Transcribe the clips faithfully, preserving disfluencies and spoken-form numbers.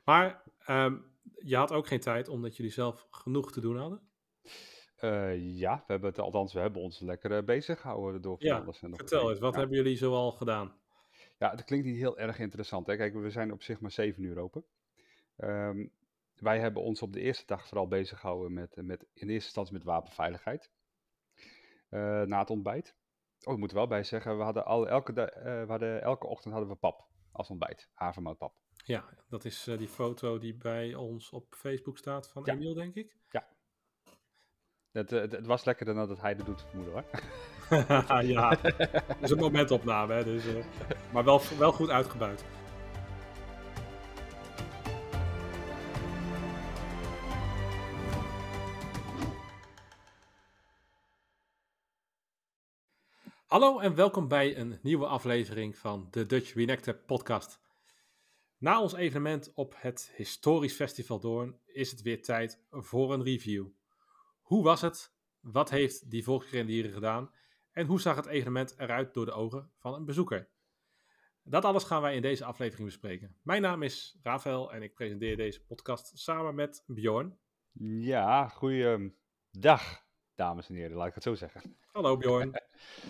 Maar um, je had ook geen tijd omdat jullie zelf genoeg te doen hadden? Uh, ja, we hebben het, althans, we hebben ons lekker uh, bezig gehouden door van Ja, alles en nog wat vertel heen. eens, wat Ja. hebben jullie zoal gedaan? ja, dat klinkt niet heel erg interessant. Hè? Kijk, we zijn op zich maar zeven uur open. Um, wij hebben ons op de eerste dag vooral bezig gehouden met, met in eerste instantie met wapenveiligheid. Uh, na het ontbijt. Oh, ik moet er wel bij zeggen, we hadden al, elke, da- uh, we hadden, elke ochtend hadden we pap als ontbijt. Havermoutpap. Ja, dat is uh, die foto die bij ons op Facebook staat van Ja. Emiel, denk ik. Ja. Het, het, het was lekkerder dan dat hij dat doet, vermoeden hoor. Ja, het is een momentopname, hè, dus, uh, maar wel, wel goed uitgebuit. Hallo en welkom bij een nieuwe aflevering van de Dutch Reenactor podcast. Na ons evenement op het Historisch Festival Doorn is het weer tijd voor een review. Hoe was het? Wat heeft die volksrendieren gedaan? En hoe zag het evenement eruit door de ogen van een bezoeker? Dat alles gaan wij in deze aflevering bespreken. Mijn naam is Rafael en ik presenteer deze podcast samen met Bjorn. Ja, goeiedag, dames en heren, laat ik het zo zeggen. Hallo Bjorn.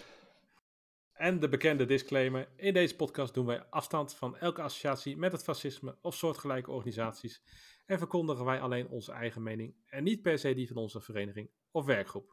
En de bekende disclaimer, in deze podcast doen wij afstand van elke associatie met het fascisme of soortgelijke organisaties en verkondigen wij alleen onze eigen mening en niet per se die van onze vereniging of werkgroep.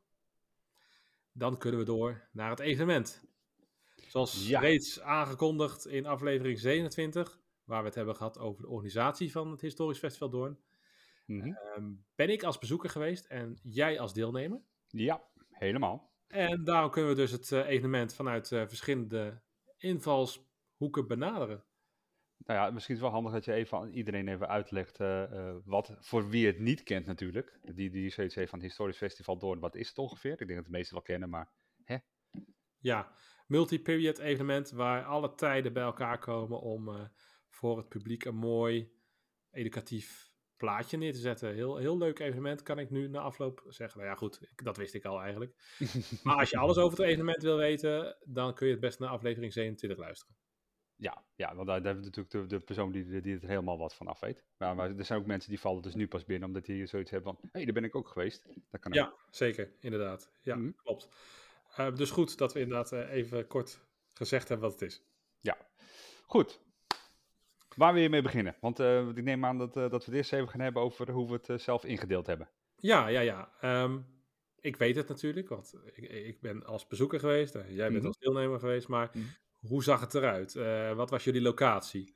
Dan kunnen we door naar het evenement. Zoals Ja. reeds aangekondigd in aflevering zevenentwintig, waar we het hebben gehad over de organisatie van het Historisch Festival Doorn, Mm-hmm. um, ben ik als bezoeker geweest en jij als deelnemer. Ja, helemaal. En daarom kunnen we dus het uh, evenement vanuit uh, verschillende invalshoeken benaderen. Nou ja, misschien is het wel handig dat je even aan iedereen even uitlegt uh, uh, wat, voor wie het niet kent natuurlijk, die, die zoiets heeft van het Historisch Festival Doorn, wat is het ongeveer? Ik denk dat de meesten wel kennen, maar hè? Ja, multi-period evenement waar alle tijden bij elkaar komen om uh, voor het publiek een mooi educatief plaatje neer te zetten. Heel, heel leuk evenement, kan ik nu na afloop zeggen. Nou ja, goed, ik, dat wist ik al eigenlijk. Maar als je alles over het evenement wil weten, dan kun je het best naar aflevering zevenentwintig luisteren. Ja, ja, want daar hebben we natuurlijk de, de persoon die, die er helemaal wat van af weet. Maar, maar er zijn ook mensen die vallen dus nu pas binnen, omdat die zoiets hebben van, hé, hey, daar ben ik ook geweest. Dat kan ook. Ja, zeker, inderdaad. Ja, mm-hmm. Klopt. Uh, dus goed dat we inderdaad uh, even kort gezegd hebben wat het is. Ja, goed. Waar wil je mee beginnen? Want uh, ik neem aan dat, uh, dat we het eerst even gaan hebben over hoe we het uh, zelf ingedeeld hebben. Ja, ja, ja. Um, ik weet het natuurlijk, want ik, ik ben als bezoeker geweest. Uh, jij bent mm-hmm. als deelnemer geweest, maar mm-hmm. hoe zag het eruit? Uh, wat was jullie locatie?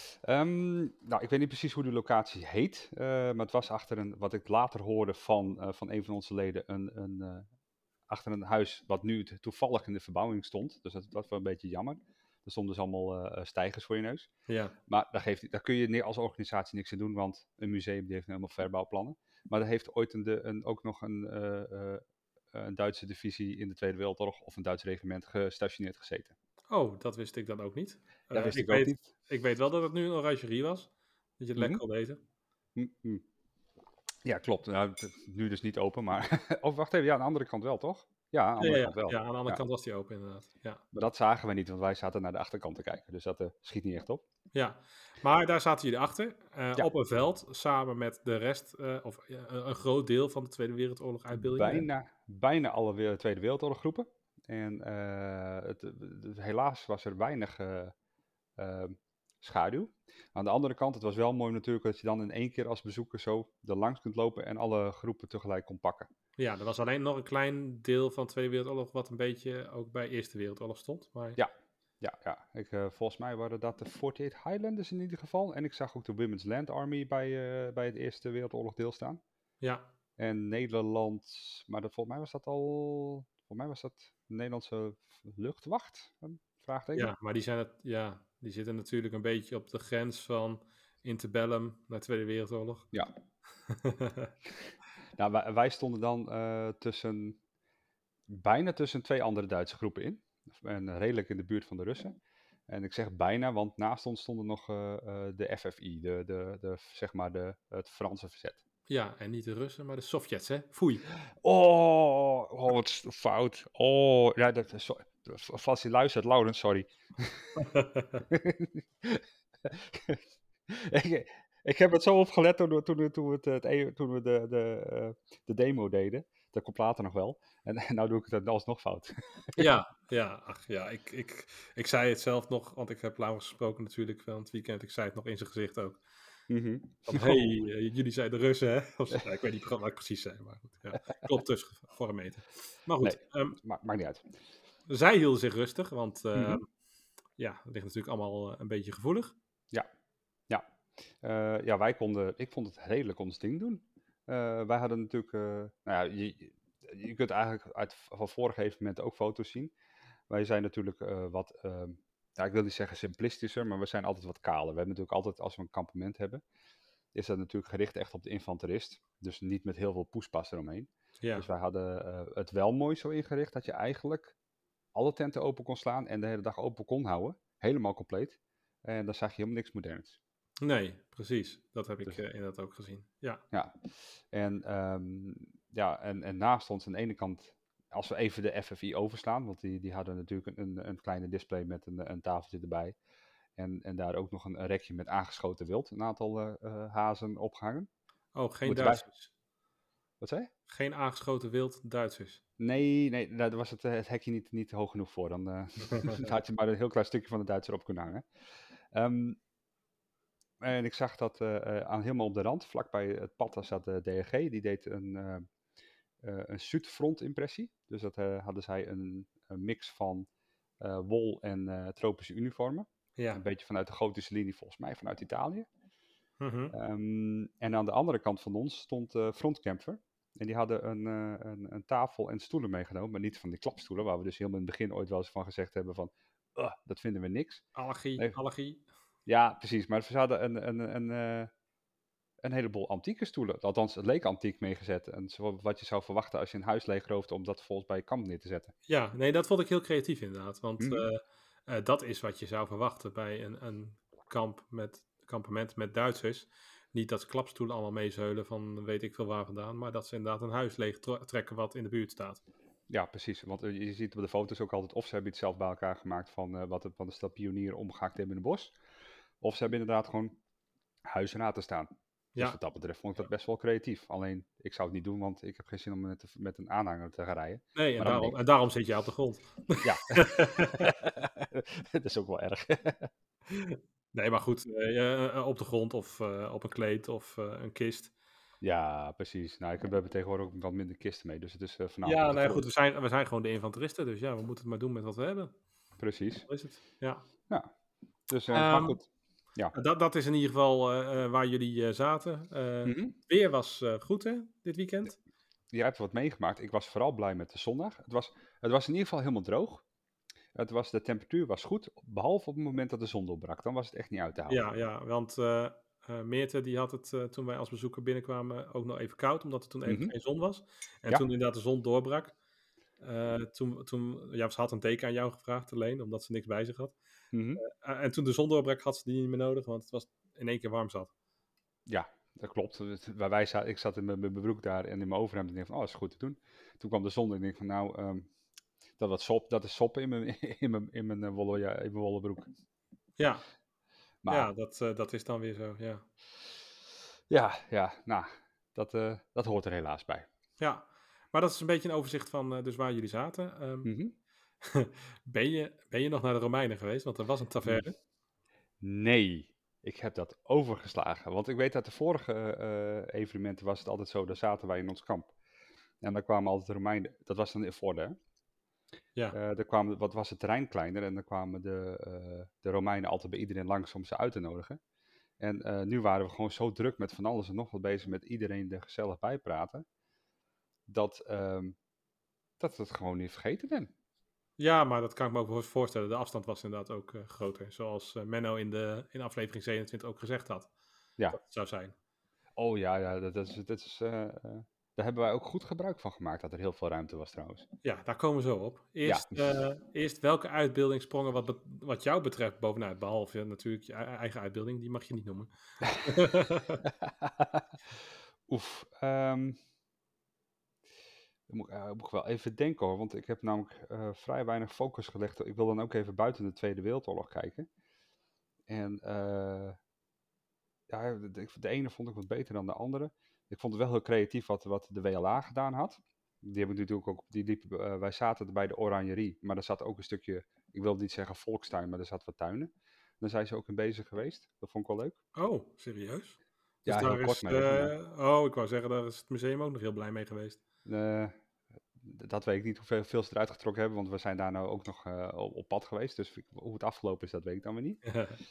Um, nou, ik weet niet precies hoe de locatie heet, uh, maar het was achter een, wat ik later hoorde van, uh, van een van onze leden, een, een, uh, achter een huis wat nu toevallig in de verbouwing stond. Dus dat was wel een beetje jammer. Er stonden dus allemaal uh, stijgers voor je neus. Ja. Maar daar, geeft, daar kun je als organisatie niks aan doen, want een museum die heeft helemaal verbouwplannen. Maar daar heeft ooit een, een, ook nog een, uh, uh, een Duitse divisie in de Tweede Wereldoorlog of een Duits regiment gestationeerd gezeten. Oh, dat wist ik dan ook niet. Dat uh, wist ik, ik ook weet, niet. Ik weet wel dat het nu een orangerie was. Dat je het lekker mm-hmm. kon eten. Mm-hmm. Ja, klopt. Nou, nu dus niet open, maar... oh, wacht even. Ja, aan de andere kant wel, toch? Ja, aan de andere ja, ja, kant wel. Ja, aan de andere ja. kant was die open, inderdaad. Ja. Maar dat zagen we niet, want wij zaten naar de achterkant te kijken. Dus dat uh, schiet niet echt op. Ja, maar daar zaten jullie achter. Uh, ja. Op een veld, samen met de rest, uh, of uh, een groot deel van de Tweede Wereldoorlog uitbeeldingen. Bijna, bijna alle Tweede Wereldoorlog groepen. En uh, het, het, helaas was er weinig uh, uh, schaduw. Aan de andere kant, het was wel mooi natuurlijk dat je dan in één keer als bezoeker zo er langs kunt lopen en alle groepen tegelijk kon pakken. Ja, er was alleen nog een klein deel van de Tweede Wereldoorlog wat een beetje ook bij de Eerste Wereldoorlog stond. Maar... Ja, ja, ja. Ik, uh, volgens mij waren dat de forty-eight Highlanders in ieder geval. En ik zag ook de Women's Land Army bij, uh, bij het Eerste Wereldoorlog deel staan. Ja. En Nederland, maar dat, volgens mij was dat al, volgens mij was dat de Nederlandse luchtwacht, vraagteken. Ja, maar die, zijn het, ja, die zitten natuurlijk een beetje op de grens van interbellum naar de Tweede Wereldoorlog. Ja. Nou, wij, wij stonden dan uh, tussen, bijna tussen twee andere Duitse groepen in. En redelijk in de buurt van de Russen. En ik zeg bijna, want naast ons stonden nog uh, uh, de F F I, de, de, de, zeg maar de, het Franse verzet. Ja, en niet de Russen, maar de Sovjets, hè? Foei. Oh, oh wat fout. Oh, ja, dat is... Vast je luistert, Laurens, sorry. ik, Ik heb het zo opgelet toen, we- toen, we- toen we, het, het, e- toen we de, de, eh, de demo deden. Dat komt later nog wel. En, en nou doe ik het alsnog fout. Ja, ja, ach ja, ik, ik, ik zei het zelf nog, want ik heb Laurens gesproken natuurlijk van het weekend. Ik zei het nog in zijn gezicht ook. Mhm. Van, hey, Oeh. eh, jullie zijn de Russen, hè? Of, ja, ik weet niet wat ik precies zei, maar goed. Ja. Klopt dus voor een meter. Maar Nee, goed, ehm, ma maakt niet uit. zij hielden zich rustig, want Mhm. ehm, ja, het ligt natuurlijk allemaal eh, een beetje gevoelig. Ja, ja. Eh, ja, wij konden, ik vond het redelijk ons ding doen. Eh, wij hadden natuurlijk, eh, nou ja, je, je kunt eigenlijk uit, van vorige evenementen ook foto's zien. Wij zijn natuurlijk eh, wat, ehm, ja, ik wil niet zeggen simplistischer, maar we zijn altijd wat kaler. We hebben natuurlijk altijd, als we een kampement hebben, is dat natuurlijk gericht echt op de infanterist. Dus niet met heel veel poespas eromheen. Ja, Dus wij hadden eh, het wel mooi zo ingericht dat je eigenlijk alle tenten open kon slaan en de hele dag open kon houden. Helemaal compleet. En dan zag je helemaal niks moderns. nee, precies. Dat heb ik Dus eh, inderdaad ook gezien. Ja, ja, en, ehm, ja, en, en naast ons aan de ene kant, als we even de F F I overslaan, want die, die hadden natuurlijk een, een kleine display met een, een tafeltje erbij. En, en daar ook nog een, een rekje met aangeschoten wild, een aantal eh, eh, hazen opgehangen. oh, geen Moeten wij, Duitsers. wat zei je? Geen aangeschoten wild Duitsers. Nee, nee, daar was het, eh, het hekje niet, niet hoog genoeg voor. Dan eh, had je maar een heel klein stukje van de Duitser op kunnen hangen. Ehm, en ik zag dat eh, eh, aan helemaal op de rand, vlakbij het pad, daar zat de D R G. Die deed een, eh eh, een Zuidfront impressie. Dus dat eh, hadden zij een, een mix van eh, wol en eh, tropische uniformen. Een Ja. beetje vanuit de gotische linie, volgens mij vanuit Italië. Mhm. Ehm, en aan de andere kant van ons stond uh, Frontcamper. En die hadden een, uh, een, een tafel en stoelen meegenomen, maar niet van die klapstoelen, waar we dus helemaal in het begin ooit wel eens van gezegd hebben van, "Ugh, dat vinden we niks." Allergie, Nee, allergie. ja, precies. Maar ze hadden een, een, een, een, een heleboel antieke stoelen. Althans, het leek antiek meegezet. En zo, wat je zou verwachten als je een huis leegrooft om dat vervolgens bij je kamp neer te zetten. Ja, nee, dat vond ik heel creatief inderdaad. Want Mhm. eh, eh, dat is wat je zou verwachten bij een, een kamp met, kampement met Duitsers. Niet dat ze klapstoelen allemaal meezeulen van weet ik veel waar vandaan. Maar dat ze inderdaad een huis leeg tro- trekken wat in de buurt staat. Ja, precies. Want eh, je ziet op de foto's ook altijd of ze hebben iets zelf bij elkaar gemaakt van eh, wat, het, wat de stad pionieren omgehakt hebben in een bos. Of ze hebben inderdaad gewoon huis en te staan. Dus Ja, wat dat betreft vond ik dat best wel creatief. Alleen, ik zou het niet doen, want ik heb geen zin om met, met een aanhanger te gaan rijden. nee, en Maar dan daarom, en niks. daarom zit je op de grond. Ja, dat is ook wel erg. Nee, maar goed, eh, eh, op de grond of eh, op een kleed of eh, een kist. Ja, precies. Nou, ik heb, we hebben tegenwoordig ook wat minder kisten mee, dus het is uh, Ja, vanavond op nou de ja, goed, grond. we zijn, we zijn gewoon de infanteristen, dus ja, we moeten het maar doen met wat we hebben. Precies. Zo is het, ja. Ja, dus, uh, maar Ehm, goed. Ja. dat, dat is in ieder geval uh, uh, waar jullie uh, zaten. Uh, Mm-hmm. weer was uh, goed, hè, dit weekend? Jij hebt wat meegemaakt. Ik was vooral blij met de zondag. Het was, het was in ieder geval helemaal droog. Het was, de temperatuur was goed, behalve op het moment dat de zon doorbrak. Dan was het echt niet uit te houden. Ja, ja, want uh, uh, Meerte die had het uh, toen wij als bezoeker binnenkwamen ook nog even koud, omdat er toen even Mm-hmm. geen zon was. En Ja. toen inderdaad de zon doorbrak, uh, toen, toen, ja, ze had een teken aan jou gevraagd alleen, omdat ze niks bij zich had. Mm-hmm. Uh, en toen de zon doorbrak had ze die niet meer nodig, want het was in één keer warm zat. Ja, dat klopt. Waar wij zaten, ik zat in mijn, mijn broek daar en in mijn overhemd en ik dacht van, oh, dat is goed te doen. Toen kwam de zon en ik denk van, nou, um, dat, wat sop, dat is soppen in mijn, in mijn, in mijn, uh, wollen, ja, in mijn wollen broek. Ja, maar, ja dat, uh, dat is dan weer zo, ja. Ja, ja, nou, dat, uh, dat hoort er helaas bij. Ja, maar dat is een beetje een overzicht van uh, dus waar jullie zaten. Um, mm-hmm. ben, je, ben je nog naar de Romeinen geweest? Want er was een taverne. Nee, ik heb dat overgeslagen. Want ik weet dat de vorige uh, evenementen was het altijd zo, daar zaten wij in ons kamp. En dan kwamen altijd de Romeinen, dat was dan in Vorden, hè? Ja. Uh, er kwamen, wat was het terrein kleiner en dan kwamen de, uh, de Romeinen altijd bij iedereen langs om ze uit te nodigen. En uh, nu waren we gewoon zo druk met van alles en nog wat bezig met iedereen er gezellig bij praten, dat, um, dat ik het gewoon niet vergeten ben. Ja, maar dat kan ik me ook voorstellen. De afstand was inderdaad ook uh, groter. Zoals uh, Menno in, de, in aflevering zevenentwintig ook gezegd had. Ja. Dat het zou zijn. Oh ja, ja dat is, dat is, uh, uh, daar hebben wij ook goed gebruik van gemaakt, dat er heel veel ruimte was trouwens. Ja, daar komen we zo op. Eerst, ja. uh, eerst welke uitbeelding sprongen wat, be- wat jou betreft bovenuit? Behalve natuurlijk je eigen uitbeelding, die mag je niet noemen. Oef, um, dan moet, uh, moet ik wel even denken hoor, want ik heb namelijk uh, vrij weinig focus gelegd. Ik wil dan ook even buiten de Tweede Wereldoorlog kijken. En uh, ja, de, de de ene vond ik wat beter dan de andere. Ik vond het wel heel creatief wat, wat de W L A gedaan had. Die hebben natuurlijk ook, die liepen, eh, wij zaten bij de Oranjerie, maar er zat ook een stukje, ik wil niet zeggen volkstuin, maar er zat wat tuinen. Daar zijn ze ook in bezig geweest. Dat vond ik wel leuk. Oh, serieus? Dus Ja, heel daar kort is, maar even, maar eh, oh, ik wou zeggen, daar is het museum ook nog heel blij mee geweest. eh, dat weet ik niet hoeveel veel ze eruit getrokken hebben, want we zijn daar nou ook nog eh, op, op pad geweest. Dus hoe het afgelopen is, dat weet ik dan weer niet.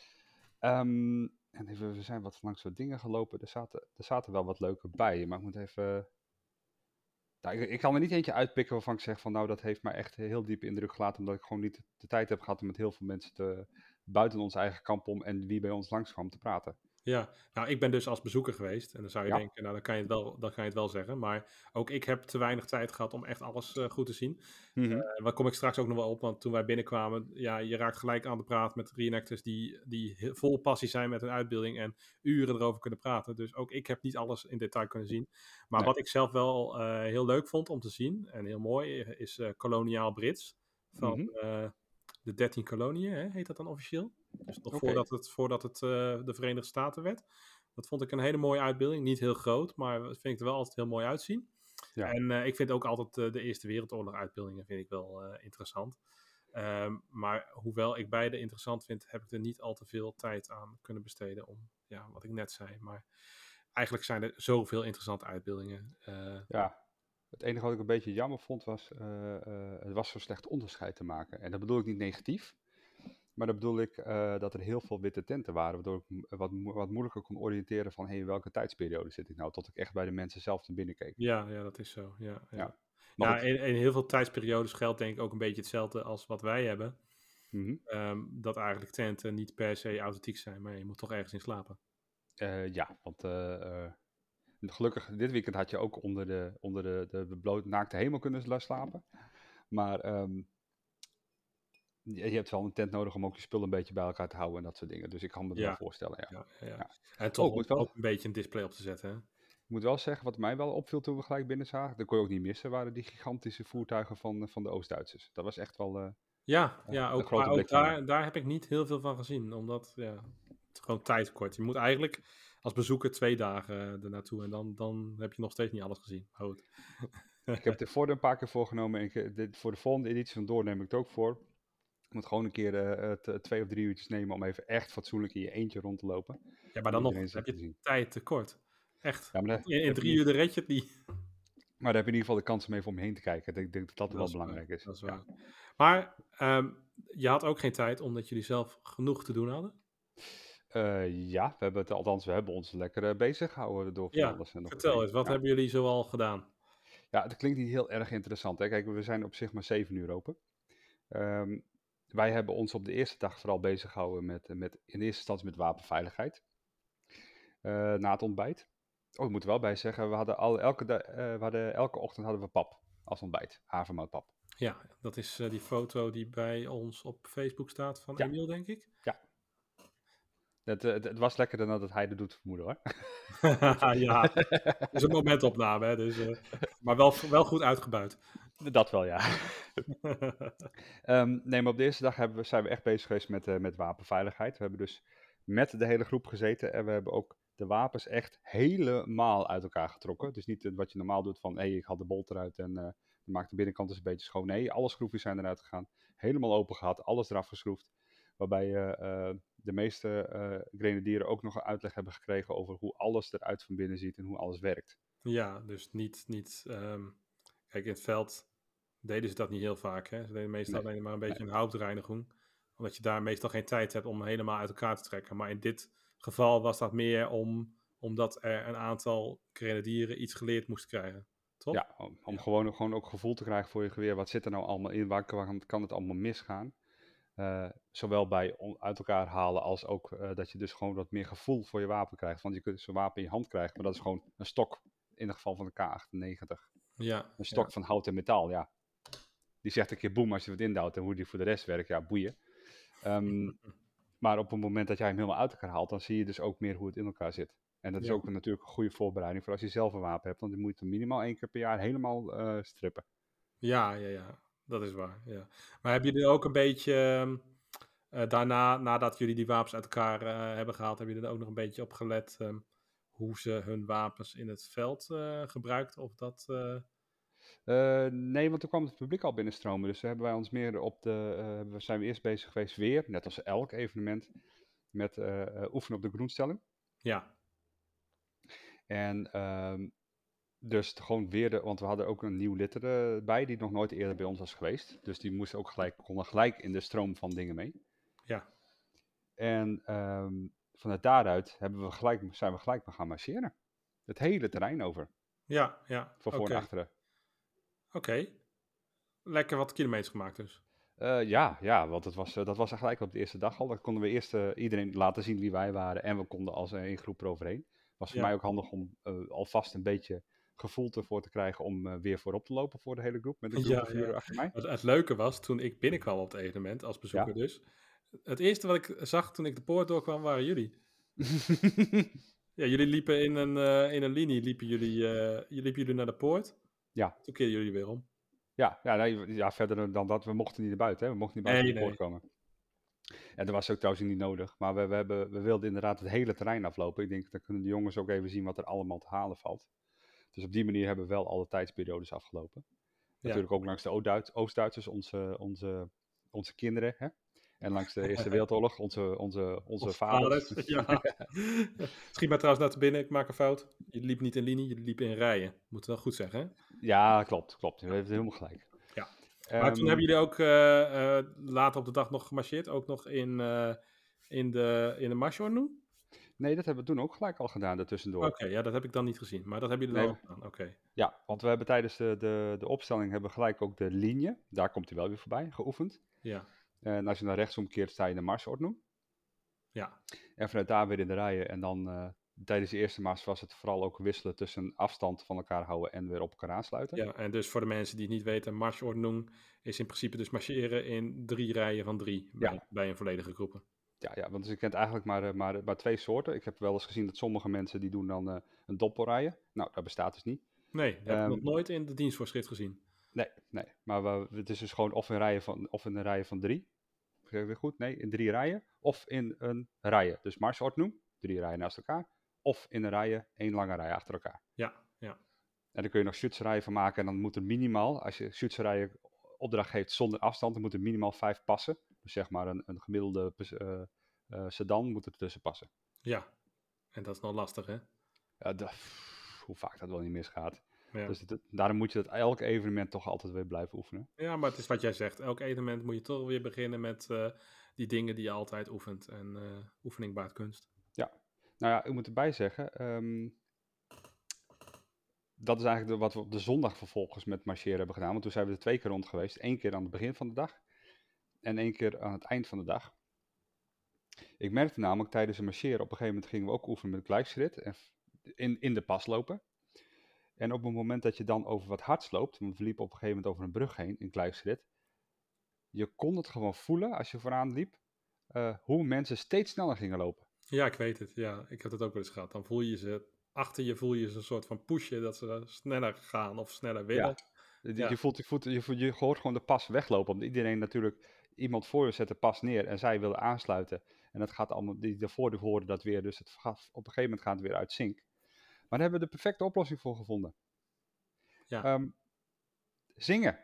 Ehm, en even, we zijn wat langs wat dingen gelopen. Er zaten, er zaten wel wat leuke bij, maar ik moet even... Nou, ik, ik kan er niet eentje uitpikken waarvan ik zeg van nou, dat heeft mij echt heel diep indruk gelaten, omdat ik gewoon niet de tijd heb gehad om met heel veel mensen te, buiten ons eigen kamp om en wie bij ons langs kwam te praten. Ja, nou, ik ben dus als bezoeker geweest. En dan zou je Ja. denken, nou, dan kan je het wel, dan kan je het wel zeggen. Maar ook ik heb te weinig tijd gehad om echt alles eh, goed te zien. Mhm. Uh, waar kom ik straks ook nog wel op, want toen wij binnenkwamen, ja, je raakt gelijk aan de praat met reenactors die, die heel- vol passie zijn met hun uitbeelding en uren erover kunnen praten. Dus ook ik heb niet alles in detail kunnen zien. Maar Nee. wat ik zelf wel eh, heel leuk vond om te zien, en heel mooi, is uh, Koloniaal Brits van Mhm. uh, de dertien koloniën, hè, heet dat dan officieel? Dus nog Oké. voordat het, voordat het uh, de Verenigde Staten werd. Dat vond ik een hele mooie uitbeelding. Niet heel groot, maar dat vind ik er wel altijd heel mooi uitzien. Ja. En uh, ik vind ook altijd uh, de Eerste Wereldoorlog uitbeeldingen vind ik wel uh, interessant. Um, maar hoewel ik beide interessant vind, heb ik er niet al te veel tijd aan kunnen besteden om, ja, wat ik net zei. Maar eigenlijk zijn er zoveel interessante uitbeeldingen. Uh, ja. Het enige wat ik een beetje jammer vond was, uh, uh, het was zo slecht onderscheid te maken. En dat bedoel ik niet negatief. Maar dan bedoel ik uh, dat er heel veel witte tenten waren, waardoor ik wat, mo- wat moeilijker kon oriënteren van, hé, hey, welke tijdsperiode zit ik nou? Tot ik echt bij de mensen zelf naar binnen keek. Ja, ja, dat is zo. Ja, ja. Ja, maar ja goed. in, in heel veel tijdsperiodes geldt denk ik ook een beetje hetzelfde als wat wij hebben. Mm-hmm. Um, dat eigenlijk tenten niet per se authentiek zijn, maar je moet toch ergens in slapen. Uh, ja, want uh, uh, gelukkig dit weekend had je ook onder de, onder de, de bloot naakte hemel kunnen slapen. Maar... Um, je hebt wel een tent nodig om ook je spullen een beetje bij elkaar te houden en dat soort dingen. Dus ik kan me het ja. wel voorstellen, ja. Ja, ja. ja. En toch oh, om wel, ook een beetje een display op te zetten, hè? Ik moet wel zeggen, wat mij wel opviel toen we gelijk binnen zagen, dat kon je ook niet missen, waren die gigantische voertuigen van, van de Oost-Duitsers. Dat was echt wel uh, ja, uh, ja, een ook, grote maar blik ook van daar, daar heb ik niet heel veel van gezien. Omdat, ja, het gewoon tijd kort. Je moet eigenlijk als bezoeker twee dagen uh, er naartoe en dan, dan heb je nog steeds niet alles gezien. Goed. Ik heb het ervoor een paar keer voorgenomen en ik, dit, voor de volgende editie van Door neem ik het ook voor. Ik moet gewoon een keer uh, t, twee of drie uurtjes nemen om even echt fatsoenlijk in je eentje rond te lopen. Ja, maar dan nog heb te je zien. tijd tekort. Echt. Ja, maar in in drie uur de red je het niet. Maar daar heb je in ieder geval de kans om even om je heen te kijken. Ik denk dat dat, dat wel is belangrijk waar, is. Dat is ja. waar. Maar um, je had ook geen tijd omdat jullie zelf genoeg te doen hadden? Uh, ja, we hebben het, althans, we hebben ons lekker uh, bezig gehouden door van ja, alles. En nog vertel eens, wat ja. hebben jullie zoal gedaan? Ja, het klinkt niet heel erg interessant. Hè? Kijk, we zijn op zich maar zeven uur open. Um, wij hebben ons op de eerste dag vooral bezig gehouden met, met in eerste instantie met wapenveiligheid. Uh, na het ontbijt. Oh, ik moet er wel bij zeggen, we hadden, al, elke, uh, we hadden elke ochtend hadden we pap als ontbijt. Havermoutpap. Ja, dat is uh, die foto die bij ons op Facebook staat van ja. Emiel, denk ik. Ja. Het, het, het was lekkerder dan dat hij dat doet, vermoeden hoor. ja, het is een momentopname, hè, dus, uh, maar wel, wel goed uitgebuit. Dat wel, ja. um, nee, maar op de eerste dag hebben we, zijn we echt bezig geweest met, uh, met wapenveiligheid. We hebben dus met de hele groep gezeten en we hebben ook de wapens echt helemaal uit elkaar getrokken. Dus niet uh, wat je normaal doet van, hé, hey, ik haal de bolt eruit en uh, dan maakt de binnenkant eens een beetje schoon. Nee, alle schroefjes zijn eruit gegaan. Helemaal open gehad, alles eraf geschroefd. Waarbij uh, uh, de meeste uh, grenadieren ook nog een uitleg hebben gekregen over hoe alles eruit van binnen ziet en hoe alles werkt. Ja, dus niet, niet um, kijk, in het veld deden ze dat niet heel vaak. Hè? Ze deden meestal nee, alleen maar een beetje nee. een hoofdreiniging. Omdat je daar meestal geen tijd hebt om helemaal uit elkaar te trekken. Maar in dit geval was dat meer om, omdat er een aantal grenadieren iets geleerd moesten krijgen. Toch? Ja, om, om ja. Gewoon, gewoon ook gevoel te krijgen voor je geweer. Wat zit er nou allemaal in? Waar, waar kan het allemaal misgaan? Uh, zowel bij on, uit elkaar halen als ook uh, dat je dus gewoon wat meer gevoel voor je wapen krijgt. Want je kunt zo'n wapen in je hand krijgen, maar dat is gewoon een stok. In het geval van de K achtennegentig. Ja, een stok ja. van hout en metaal, ja. Die zegt een keer boem als je wat indouwt en hoe die voor de rest werkt, ja, boeien. Um, maar op het moment dat jij hem helemaal uit elkaar haalt, dan zie je dus ook meer hoe het in elkaar zit. En dat is ja. ook natuurlijk een goede voorbereiding voor als je zelf een wapen hebt. Want je moet hem minimaal één keer per jaar helemaal uh, strippen. Ja, ja, ja. Dat is waar, ja. Maar heb je er ook een beetje... uh, daarna, nadat jullie die wapens uit elkaar uh, hebben gehaald, hebben jullie er ook nog een beetje op gelet um, hoe ze hun wapens in het veld uh, gebruikten? Of dat... Uh... Uh, nee, want toen kwam het publiek al binnenstromen. Dus hebben wij ons meer op de... Uh, we zijn we eerst bezig geweest weer, net als elk evenement, met uh, uh, oefenen op de groenstelling. Ja. En um, dus gewoon weer, de, want we hadden ook een nieuw lid erbij die nog nooit eerder bij ons was geweest. Dus die moest ook gelijk, konden gelijk in de stroom van dingen mee. Ja. En um, vanuit daaruit hebben we gelijk, zijn we gelijk gaan marcheren. Het hele terrein over. Ja, ja. Van voor okay. en achteren. Oké. Okay. Lekker wat kilometers gemaakt dus. Uh, ja, ja, want het was, uh, dat was gelijk op de eerste dag al. Dan konden we eerst uh, iedereen laten zien wie wij waren. En we konden als één groep eroverheen. Was voor ja. mij ook handig om uh, alvast een beetje gevoel ervoor te krijgen om uh, weer voorop te lopen voor de hele groep. Met een groep ja, van vier ja. achter mij. Het, het leuke was, toen ik binnenkwam op het evenement, als bezoeker ja. dus. Het eerste wat ik zag toen ik de poort doorkwam, waren jullie. Ja, jullie liepen in een, uh, in een linie, liepen jullie, uh, liepen jullie naar de poort. Ja. Toen keerden jullie weer om. Ja, ja, nee, ja, verder dan dat, we mochten niet naar buiten. Hè? We mochten niet buiten nee, de poort nee. komen. En dat was ook trouwens niet nodig. Maar we, we, hebben, we wilden inderdaad het hele terrein aflopen. Ik denk, dan kunnen de jongens ook even zien wat er allemaal te halen valt. Dus op die manier hebben we wel alle tijdsperiodes afgelopen. Ja. Natuurlijk ook langs de Oost-Duitsers, onze, onze, onze kinderen. Hè? En langs de Eerste Wereldoorlog, onze, onze, onze, onze vaders. vaders. Ja. Schiet maar trouwens naar te binnen, ik maak een fout. Je liep niet in linie, je liep in rijen. Moet wel goed zeggen, hè? Ja, klopt, klopt. Je hebt helemaal gelijk. Ja. Maar um, toen hebben jullie ook uh, uh, later op de dag nog gemarcheerd, ook nog in, uh, in de, in de Marschordnung? Nee, dat hebben we toen ook gelijk al gedaan, daartussendoor. Oké, okay, ja, dat heb ik dan niet gezien, maar dat hebben jullie nee, wel gedaan, oké. Okay. Ja, want we hebben tijdens de, de, de opstelling hebben we gelijk ook de linie, daar komt hij wel weer voorbij, geoefend. Ja. En als je naar rechts omkeert, sta je in de Marschordnung. Ja. En vanuit daar weer in de rijen. En dan uh, tijdens de eerste mars was het vooral ook wisselen tussen afstand van elkaar houden en weer op elkaar aansluiten. Ja, en dus voor de mensen die het niet weten, Marschordnung is in principe dus marcheren in drie rijen van drie bij, ja. bij een volledige groepen. Ja, ja, want je kent eigenlijk maar, maar, maar twee soorten. Ik heb wel eens gezien dat sommige mensen die doen dan uh, een doppelrijen. Nou, dat bestaat dus niet. Nee, dat um, heb ik nog nooit in de dienstvoorschrift gezien. Nee, nee. Maar we, het is dus gewoon of in, rijen van, of in een rij van drie. Zeg ik weer goed? Nee, in drie rijen. Of in een rijen. Dus Marschordnung, drie rijen naast elkaar. Of in een rijen, één lange rij achter elkaar. Ja, ja. En dan kun je nog schutsrijen van maken. En dan moet er minimaal, als je schutsrijen opdracht geeft zonder afstand, dan moet er minimaal vijf passen. Dus zeg maar een, een gemiddelde uh, uh, sedan moet er tussen passen. Ja, en dat is nog lastig, hè? Ja, de, pff, hoe vaak dat wel niet misgaat. Ja. Dus het, daarom moet je dat elk evenement toch altijd weer blijven oefenen. Ja, maar het is wat jij zegt. Elk evenement moet je toch weer beginnen met uh, die dingen die je altijd oefent. En uh, oefening baart kunst. Ja, nou ja, ik moet erbij zeggen. Um, dat is eigenlijk de, wat we op de zondag vervolgens met marcheren hebben gedaan. Want toen zijn we er twee keer rond geweest. Eén keer aan het begin van de dag. En één keer aan het eind van de dag. Ik merkte namelijk tijdens het marcheren, op een gegeven moment gingen we ook oefenen met gelijkschritt. En in, in de pas lopen. En op het moment dat je dan over wat hards loopt, want we liepen op een gegeven moment over een brug heen in gelijkschritt. Je kon het gewoon voelen als je vooraan liep, uh, hoe mensen steeds sneller gingen lopen. Ja, ik weet het. Ja, ik heb het ook wel eens gehad. Dan voel je ze, achter je voel je ze een soort van pushen, dat ze sneller gaan of sneller willen. Ja. Ja. Je, voelt, je, voelt, je, voelt, je hoort gewoon de pas weglopen, omdat iedereen natuurlijk, iemand voor je zet de pas neer en zij willen aansluiten. En dat gaat allemaal, die daarvoor die hoorden dat weer, dus het gaat, op een gegeven moment gaat het weer uit sync. Maar daar hebben we de perfecte oplossing voor gevonden. Ja. Um, zingen.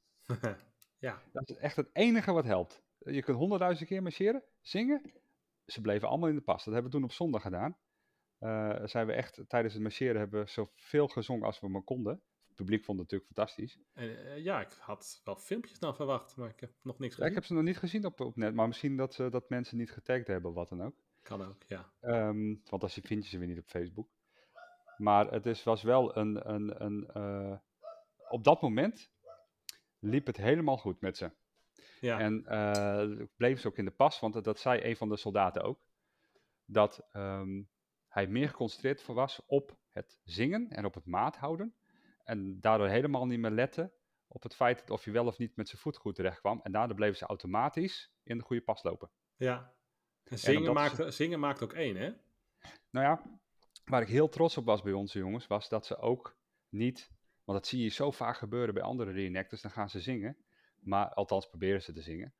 Ja. Dat is echt het enige wat helpt. Je kunt honderdduizend keer marcheren, zingen. Ze bleven allemaal in de pas. Dat hebben we toen op zondag gedaan. Uh, zijn we echt, tijdens het marcheren hebben we zoveel gezongen als we maar konden. Het publiek vond het natuurlijk fantastisch. Uh, ja, ik had wel filmpjes dan verwacht, maar ik heb nog niks gezien. Ja, ik heb ze nog niet gezien op, op net, maar misschien dat, ze, dat mensen niet getagd hebben of wat dan ook. Kan ook, ja. Um, want als je vind je ze weer niet op Facebook. Maar het is, was wel een, een, een uh, op dat moment liep het helemaal goed met ze. Ja. En uh, bleef ze ook in de pas, want dat, dat zei een van de soldaten ook. Dat um, hij meer geconcentreerd was op het zingen en op het maat houden. En daardoor helemaal niet meer letten op het feit of je wel of niet met zijn voet goed terecht kwam. En daardoor bleven ze automatisch in de goede pas lopen. Ja, en zingen, en maakt, ze... zingen maakt ook één, hè? Nou ja, waar ik heel trots op was bij onze jongens, was dat ze ook niet... Want dat zie je zo vaak gebeuren bij andere reenactors, dan gaan ze zingen. Maar althans proberen ze te zingen.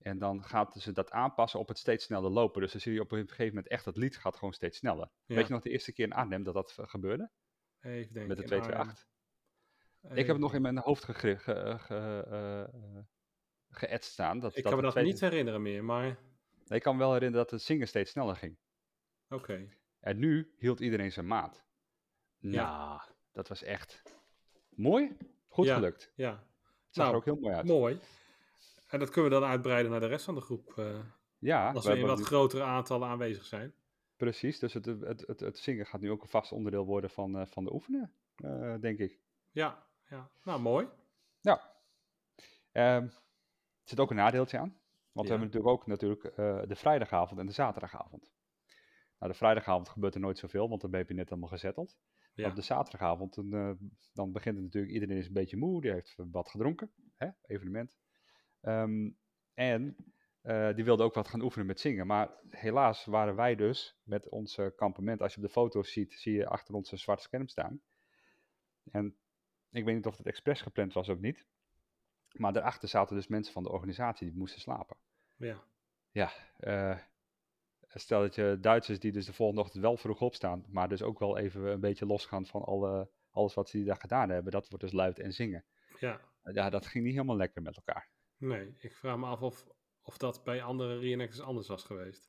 En dan gaat ze dat aanpassen op het steeds sneller lopen. Dus dan zie je op een gegeven moment echt dat lied gaat gewoon steeds sneller. Ja. Weet je nog de eerste keer in Arnhem dat dat gebeurde? Even denken. Met de in twee twee Arnhem. acht. Even Ik heb het nog in denken. mijn hoofd ge, ge, ge, uh, geëtst staan. Dat, Ik dat kan me de dat tweede... niet herinneren meer, maar... Nee, ik kan me wel herinneren dat het zingen steeds sneller ging. Oké. Okay. En nu hield iedereen zijn maat. Nou, Ja. dat was echt mooi. Goed ja, gelukt. Ja. Het zag nou, er ook heel mooi uit. Mooi. En dat kunnen we dan uitbreiden naar de rest van de groep. Uh, ja. Als we, we in wat nu... grotere aantallen aanwezig zijn. Precies, dus het, het, het, het zingen gaat nu ook een vast onderdeel worden van, uh, van de oefenen, uh, denk ik. Ja, ja, nou mooi. Ja. Uh, er zit ook een nadeeltje aan. Want ja. we hebben natuurlijk ook natuurlijk, uh, de vrijdagavond en de zaterdagavond. Nou, de vrijdagavond gebeurt er nooit zoveel, want dan ben je net allemaal gezetteld. Ja. Op de zaterdagavond, dan, uh, dan begint het natuurlijk, iedereen is een beetje moe, die heeft wat gedronken, hè? Evenement. Um, en uh, die wilde ook wat gaan oefenen met zingen. Maar helaas waren wij dus met ons uh, kampement, als je op de foto's ziet, zie je achter ons een zwart scherm staan. En ik weet niet of het expres gepland was of niet. Maar daarachter zaten dus mensen van de organisatie die moesten slapen. Ja. Ja, uh, stel dat je Duitsers die dus de volgende ochtend wel vroeg opstaan, maar dus ook wel even een beetje losgaan van alle, alles wat ze die dag gedaan hebben. Dat wordt dus luid en zingen. Ja. Ja, dat ging niet helemaal lekker met elkaar. Nee, ik vraag me af of, of dat bij andere reenactors anders was geweest.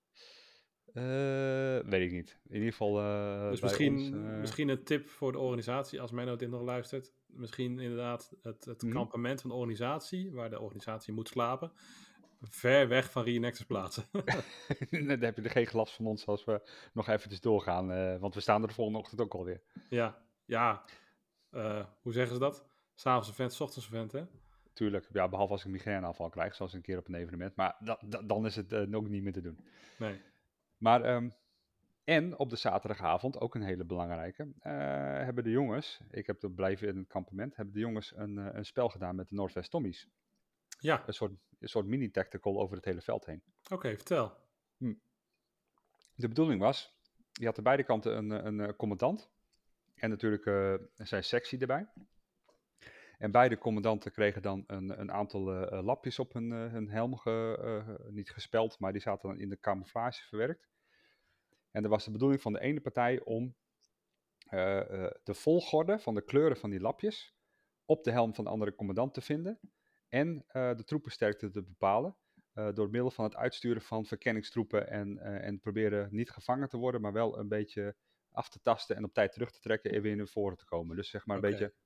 Uh, weet ik niet. In ieder geval uh, dus bij misschien, ons, uh... misschien een tip voor de organisatie, als Menno dit nog luistert. Misschien inderdaad het, het mm-hmm. kampement van de organisatie, waar de organisatie moet slapen, ver weg van reenactors plaatsen. Dan heb je er geen glas van ons als we nog eventjes doorgaan, uh, want we staan er de volgende ochtend ook alweer. Ja, ja. Uh, hoe zeggen ze dat? 'S'avonds een vent, 's ochtends een vent, hè? Tuurlijk, ja, behalve als ik migraineaanval krijg, zoals een keer op een evenement. Maar da, da, dan is het uh, ook niet meer te doen. Nee. Maar, um, en op de zaterdagavond, ook een hele belangrijke, uh, hebben de jongens, ik heb blijven in het kampement, hebben de jongens een, uh, een spel gedaan met de Northwest Tommies. Ja. Een soort, een soort mini-tactical over het hele veld heen. Oké, okay, vertel. Hm. De bedoeling was, je had aan beide kanten een, een, een commandant en natuurlijk uh, zijn sectie erbij. En beide commandanten kregen dan een, een aantal uh, lapjes op hun, uh, hun helm, ge, uh, niet gespeld, maar die zaten dan in de camouflage verwerkt. En er was de bedoeling van de ene partij om uh, uh, de volgorde van de kleuren van die lapjes op de helm van de andere commandant te vinden en uh, de troepensterkte te bepalen uh, door middel van het uitsturen van verkenningstroepen en, uh, en proberen niet gevangen te worden, maar wel een beetje af te tasten en op tijd terug te trekken en weer naar voren te komen. Dus zeg maar een okay. beetje...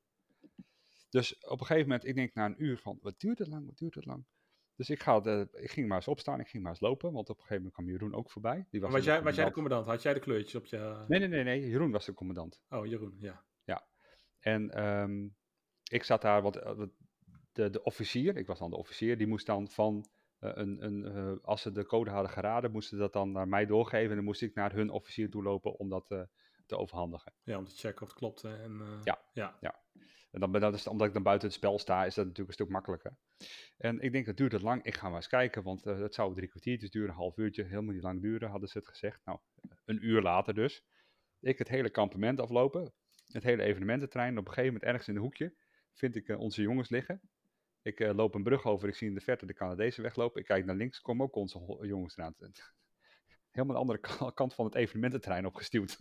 Dus op een gegeven moment, ik denk na een uur van, wat duurt het lang, wat duurt het lang? Dus ik, ga de, ik ging maar eens opstaan, ik ging maar eens lopen, want op een gegeven moment kwam Jeroen ook voorbij. Die was was, jij, was jij de commandant? Had jij de kleurtjes op je... Nee, nee, nee, nee, Jeroen was de commandant. Oh, Jeroen, ja. Ja, en um, ik zat daar, want de, de officier, ik was dan de officier, die moest dan van, uh, een, een, uh, als ze de code hadden geraden, moesten ze dat dan naar mij doorgeven en dan moest ik naar hun officier toe lopen om dat uh, te overhandigen. Ja, om te checken of het klopte. En, uh, ja, ja, ja. En dan, dat is, omdat ik dan buiten het spel sta, is dat natuurlijk een stuk makkelijker. En ik denk, het duurt het lang. Ik ga maar eens kijken, want uh, het zou drie kwartiertjes duren, een half uurtje. Helemaal niet lang duren, hadden ze het gezegd. Nou, een uur later dus. Ik het hele kampement aflopen. Het hele evenemententerrein. Op een gegeven moment ergens in een hoekje vind ik uh, onze jongens liggen. Ik uh, loop een brug over. Ik zie in de verte de Canadezen weglopen. Ik kijk naar links, komen ook onze ho- jongens eraan. Helemaal de andere kant van het evenemententerrein opgestuwd.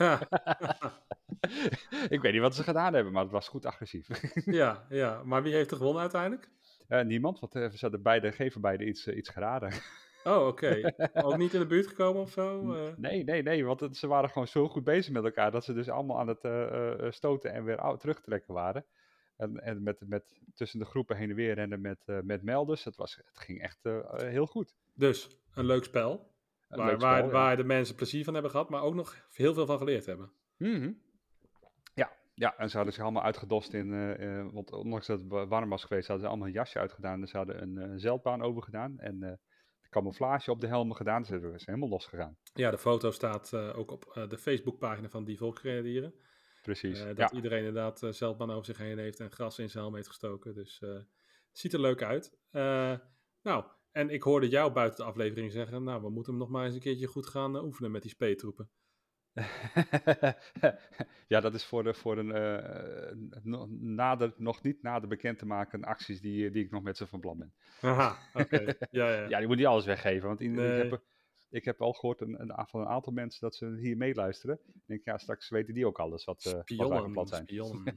Ik weet niet wat ze gedaan hebben, maar het was goed agressief. ja, ja, maar wie heeft er gewonnen uiteindelijk? Uh, niemand, want uh, ze hadden beide, geven beide iets, uh, iets geraden. Oh, oké. Okay. Ook niet in de buurt gekomen of zo? Uh... Nee, nee, nee, want het, ze waren gewoon zo goed bezig met elkaar dat ze dus allemaal aan het uh, uh, stoten en weer out, terugtrekken waren. En, en met, met tussen de groepen heen en weer rennen met, uh, met melders. Het, was, het ging echt uh, uh, heel goed. Dus een leuk spel. Een waar, leuk spel waar, ja. waar de mensen plezier van hebben gehad, maar ook nog heel veel van geleerd hebben. Mm-hmm. Ja, ja, en ze hadden zich allemaal uitgedost in, uh, uh, want ondanks dat het warm was geweest, hadden ze allemaal een jasje uitgedaan. Dus ze hadden een uh, zeilbaan overgedaan en uh, de camouflage op de helmen gedaan. Dus ze zijn helemaal losgegaan. Ja, de foto staat uh, ook op uh, de Facebookpagina van Die Volksgrenadieren. Precies, uh, Dat ja. iedereen inderdaad uh, zeilbaan over zich heen heeft en gras in zijn helm heeft gestoken. Dus uh, het ziet er leuk uit. Uh, nou, en ik hoorde jou buiten de aflevering zeggen, nou, we moeten hem nog maar eens een keertje goed gaan uh, oefenen met die speetroepen. Ja, dat is voor, de, voor een uh, no, nader, nog niet nader bekend te maken acties die, die ik nog met ze van plan ben. Aha, oké. Okay. Ja, ja. Ja, die moet niet alles weggeven. Want in, nee. ik, heb, ik heb al gehoord een, een, van een aantal mensen dat ze hier meeluisteren. Ik denk, ja, straks weten die ook alles wat, uh, wat wij van plan zijn. Spionnen.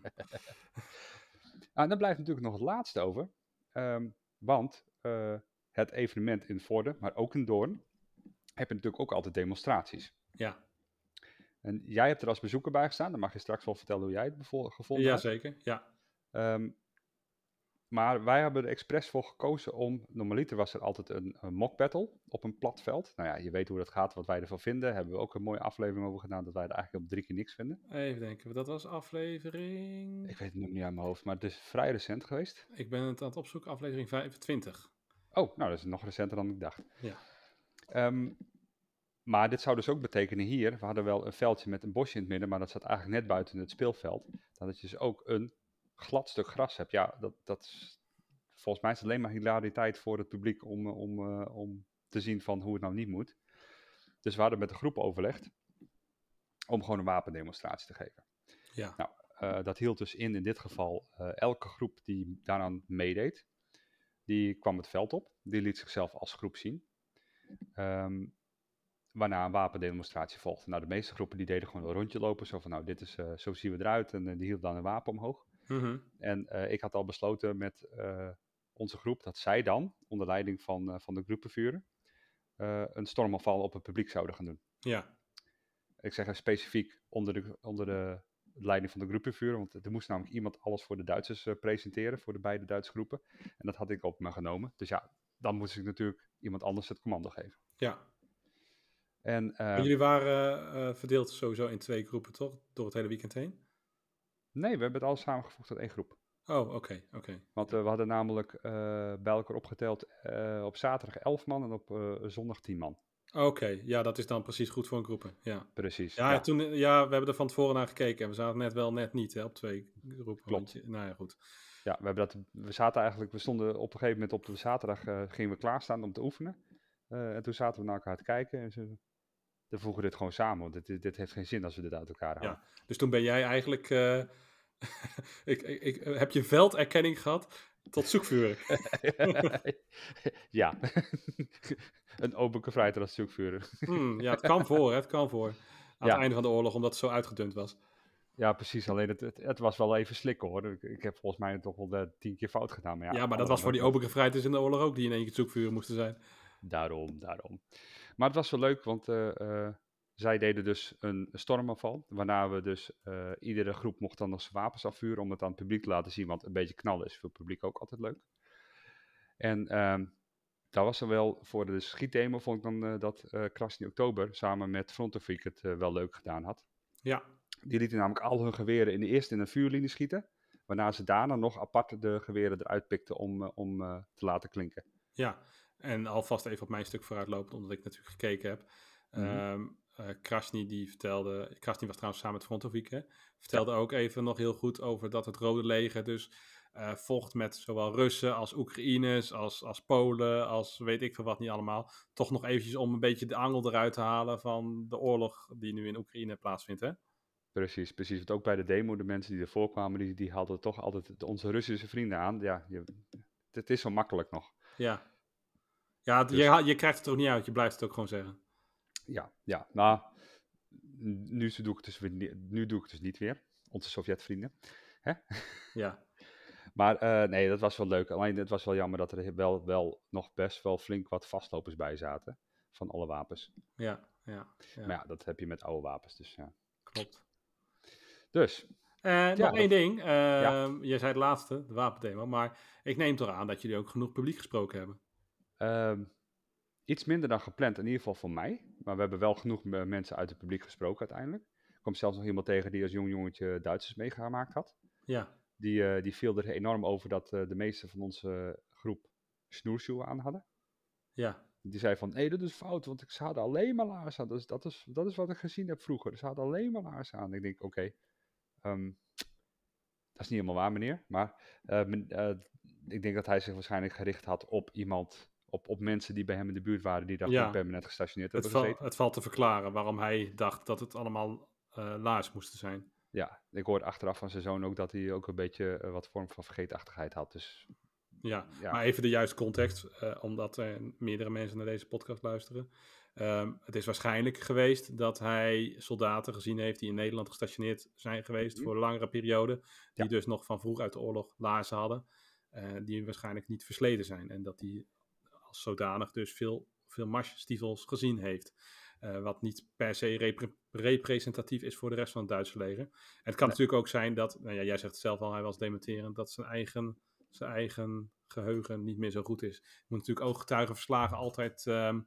ah, dan blijft natuurlijk nog het laatste over. Um, want uh, het evenement in Vorden, maar ook in Doorn, heb je natuurlijk ook altijd demonstraties. Ja. En jij hebt er als bezoeker bij gestaan. Dan mag je straks wel vertellen hoe jij het gevonden hebt. Jazeker, ja. Um, maar wij hebben er expres voor gekozen om... Normaliter was er altijd een, een mock battle op een plat veld. Nou ja, je weet hoe dat gaat, wat wij ervan vinden. Daar hebben we ook een mooie aflevering over gedaan, dat wij er eigenlijk op drie keer niks vinden. Even denken, dat was aflevering... Ik weet het nog niet uit mijn hoofd, maar het is vrij recent geweest. Ik ben het aan het opzoeken, aflevering vijfentwintig. Oh, nou dat is nog recenter dan ik dacht. Ja. Um, maar dit zou dus ook betekenen hier, we hadden wel een veldje met een bosje in het midden, maar dat zat eigenlijk net buiten het speelveld. Dat je dus ook een glad stuk gras hebt. Ja, dat, dat is, volgens mij is het alleen maar hilariteit voor het publiek om, om, uh, om te zien van hoe het nou niet moet. Dus we hadden met de groep overlegd om gewoon een wapendemonstratie te geven. Ja. Nou, uh, dat hield dus in, in dit geval, uh, elke groep die daaraan meedeed, die kwam het veld op. Die liet zichzelf als groep zien. Um, Waarna een wapendemonstratie volgde. Nou, de meeste groepen die deden gewoon een rondje lopen. Zo van, nou, dit is, uh, zo zien we eruit. En uh, die hield dan een wapen omhoog. Mm-hmm. En uh, ik had al besloten met uh, onze groep dat zij dan, onder leiding van, uh, van de groepenvuren, uh, een stormaanval op het publiek zouden gaan doen. Ja. Ik zeg even specifiek onder de, onder de leiding van de groepenvuren. Want er moest namelijk iemand alles voor de Duitsers uh, presenteren. Voor de beide Duitse groepen. En dat had ik op me genomen. Dus ja, dan moest ik natuurlijk iemand anders het commando geven. Ja. En, uh, maar jullie waren uh, verdeeld sowieso in twee groepen, toch? Door het hele weekend heen? Nee, we hebben het alles samengevoegd tot één groep. Oh, oké. Okay, okay. Want uh, we hadden namelijk uh, bij elkaar opgeteld uh, op zaterdag elf man en op uh, zondag tien man. Oké, okay. Ja, dat is dan precies goed voor een groepen. Ja, precies. Ja, ja. Toen, ja, we hebben er van tevoren naar gekeken en we zaten net wel net niet hè, op twee groepen. Klopt. Je, nou ja, goed. Ja, we, hebben dat, we zaten eigenlijk, we stonden op een gegeven moment op de zaterdag, uh, gingen we klaarstaan om te oefenen. Uh, en toen zaten we naar elkaar te kijken en ze... We voegen dit gewoon samen, want dit, dit heeft geen zin als we dit uit elkaar halen. Ja, dus toen ben jij eigenlijk... Uh, ik, ik, ik, heb je velderkenning gehad tot zoekvuren? Ja, een open vrijheid als zoekvuren. hmm, ja, het kwam voor, hè, het kwam voor. Aan ja. het einde van de oorlog, omdat het zo uitgedund was. Ja, precies. Alleen het, het, het was wel even slikken, hoor. Ik, ik heb volgens mij toch wel uh, tien keer fout gedaan. Maar ja, ja, maar dat was voor die open vrijheid in de oorlog ook, die in één keer zoekvuren moesten zijn. Daarom, daarom. Maar het was wel leuk, want uh, uh, zij deden dus een stormaanval. Waarna we dus, uh, iedere groep mocht dan nog zijn wapens afvuren om het aan het publiek te laten zien. Want een beetje knallen is voor het publiek ook altijd leuk. En uh, daar was er wel, voor de schietdemo vond ik dan uh, dat uh, Krasny Oktober samen met Frontovik het uh, wel leuk gedaan had. Ja. Die lieten namelijk al hun geweren in de eerste in een vuurlinie schieten. Waarna ze daarna nog apart de geweren eruit pikten om, uh, om uh, te laten klinken. Ja. En alvast even op mijn stuk vooruitlopend, omdat ik natuurlijk gekeken heb. Mm-hmm. Um, uh, Krasny die vertelde, Krasny was trouwens samen met Frontovik, hè, vertelde ja. ook even nog heel goed over dat het Rode Leger dus uh, vocht met zowel Russen als Oekraïners, als, als Polen, als weet ik veel wat niet allemaal. Toch nog eventjes om een beetje de angel eruit te halen van de oorlog die nu in Oekraïne plaatsvindt, hè? Precies, precies. Want ook bij de demo, de mensen die ervoor kwamen, die, die hadden toch altijd onze Russische vrienden aan. Ja, je, het is zo makkelijk nog. Ja. Ja, dus... je, je krijgt het er ook niet uit, je blijft het ook gewoon zeggen. Ja, ja. Nou, nu doe ik het dus, weer, nu doe ik het dus niet weer. Onze Sovjetvrienden. Hè? Ja. Maar uh, nee, dat was wel leuk. Alleen het was wel jammer dat er wel, wel nog best wel flink wat vastlopers bij zaten. Van alle wapens. Ja, ja. ja. Maar ja, dat heb je met oude wapens, dus ja. Klopt. Dus. Uh, ja, nog dat... één ding. Uh, ja. Je zei het laatste, de wapendemo. Maar ik neem toch aan dat jullie ook genoeg publiek gesproken hebben. Uh, iets minder dan gepland, in ieder geval voor mij. Maar we hebben wel genoeg uh, mensen uit het publiek gesproken uiteindelijk. Ik kwam zelfs nog iemand tegen die als jong jongetje Duitsers meegemaakt had. Ja. Die, uh, die viel er enorm over dat uh, de meeste van onze groep snoerschoenen aan hadden. Ja. Die zei van, nee, dat is fout, want ze hadden alleen maar laarzen aan. Dus dat is, dat is wat ik gezien heb vroeger. Ze hadden alleen maar laarzen aan. Ik denk, oké, okay, um, dat is niet helemaal waar, meneer. Maar uh, men, uh, ik denk dat hij zich waarschijnlijk gericht had op iemand, op, op mensen die bij hem in de buurt waren, die daar ja. permanent gestationeerd hebben het gezeten. Val, het valt te verklaren waarom hij dacht dat het allemaal uh, laars moesten zijn. ja, ik hoorde achteraf van zijn zoon ook dat hij ook een beetje uh, wat vorm van vergeetachtigheid had. Dus Ja, ja. maar even de juiste context, uh, omdat er meerdere mensen naar deze podcast luisteren. Um, het is waarschijnlijk geweest dat hij soldaten gezien heeft die in Nederland gestationeerd zijn geweest Mm-hmm. voor een langere periode. Die Ja. dus nog van vroeg uit de oorlog laarzen hadden. Uh, die waarschijnlijk niet versleten zijn. En dat hij als zodanig dus veel, veel marsstiefels gezien heeft. Uh, wat niet per se repre- representatief is voor de rest van het Duitse leger. En het kan nee. natuurlijk ook zijn dat, nou ja, jij zegt het zelf al, hij was dementerend, dat zijn eigen, zijn eigen geheugen niet meer zo goed is. Je moet natuurlijk ook getuigenverslagen altijd um,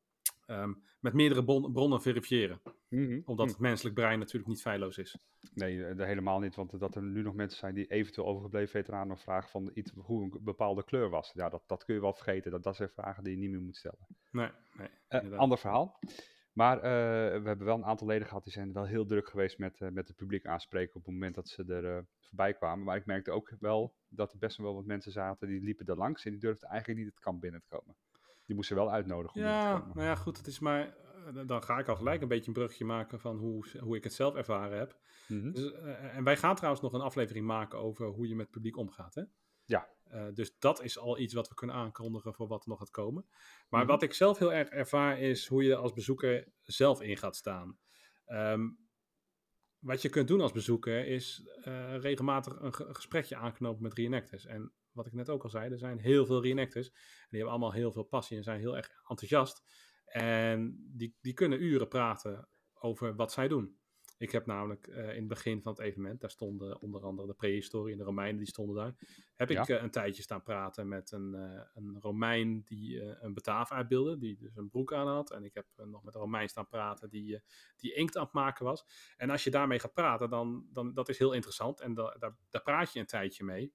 um, met meerdere bon- bronnen verifiëren. Mm-hmm. Omdat het menselijk brein natuurlijk niet feilloos is. Nee, helemaal niet. Want dat er nu nog mensen zijn die eventueel overgebleven veteranen nog vragen van iets, hoe een bepaalde kleur was. Ja, dat, dat kun je wel vergeten. Dat, dat zijn vragen die je niet meer moet stellen. Nee, nee. Uh, ander verhaal. Maar uh, we hebben wel een aantal leden gehad die zijn wel heel druk geweest met, uh, met het publiek aanspreken op het moment dat ze er uh, voorbij kwamen. Maar ik merkte ook wel dat er best wel wat mensen zaten die liepen er langs en die durfden eigenlijk niet het kamp binnen te komen. Die moesten wel uitnodigen om ja, binnen te komen. Nou ja, goed, het is maar, uh, dan ga ik al gelijk een beetje een brugje maken van hoe, hoe ik het zelf ervaren heb. Mm-hmm. Dus, uh, en wij gaan trouwens nog een aflevering maken over hoe je met het publiek omgaat, hè? Ja. Uh, dus dat is al iets wat we kunnen aankondigen voor wat er nog gaat komen. Maar Mm-hmm. wat ik zelf heel erg ervaar is hoe je als bezoeker zelf in gaat staan. Um, wat je kunt doen als bezoeker is uh, regelmatig een, ge- een gesprekje aanknopen met reenactors. En wat ik net ook al zei, er zijn heel veel reenactors. En die hebben allemaal heel veel passie en zijn heel erg enthousiast. En die, die kunnen uren praten over wat zij doen. Ik heb namelijk uh, in het begin van het evenement, daar stonden onder andere de prehistorie en de Romeinen, die stonden daar. Heb ik Ja. uh, een tijdje staan praten met een, uh, een Romein die uh, een Bataaf uitbeeldde, die dus een broek aan had. En ik heb uh, nog met een Romein staan praten die, uh, die inkt aan het maken was. En als je daarmee gaat praten, dan, dan dat is heel interessant. En da, da, daar praat je een tijdje mee.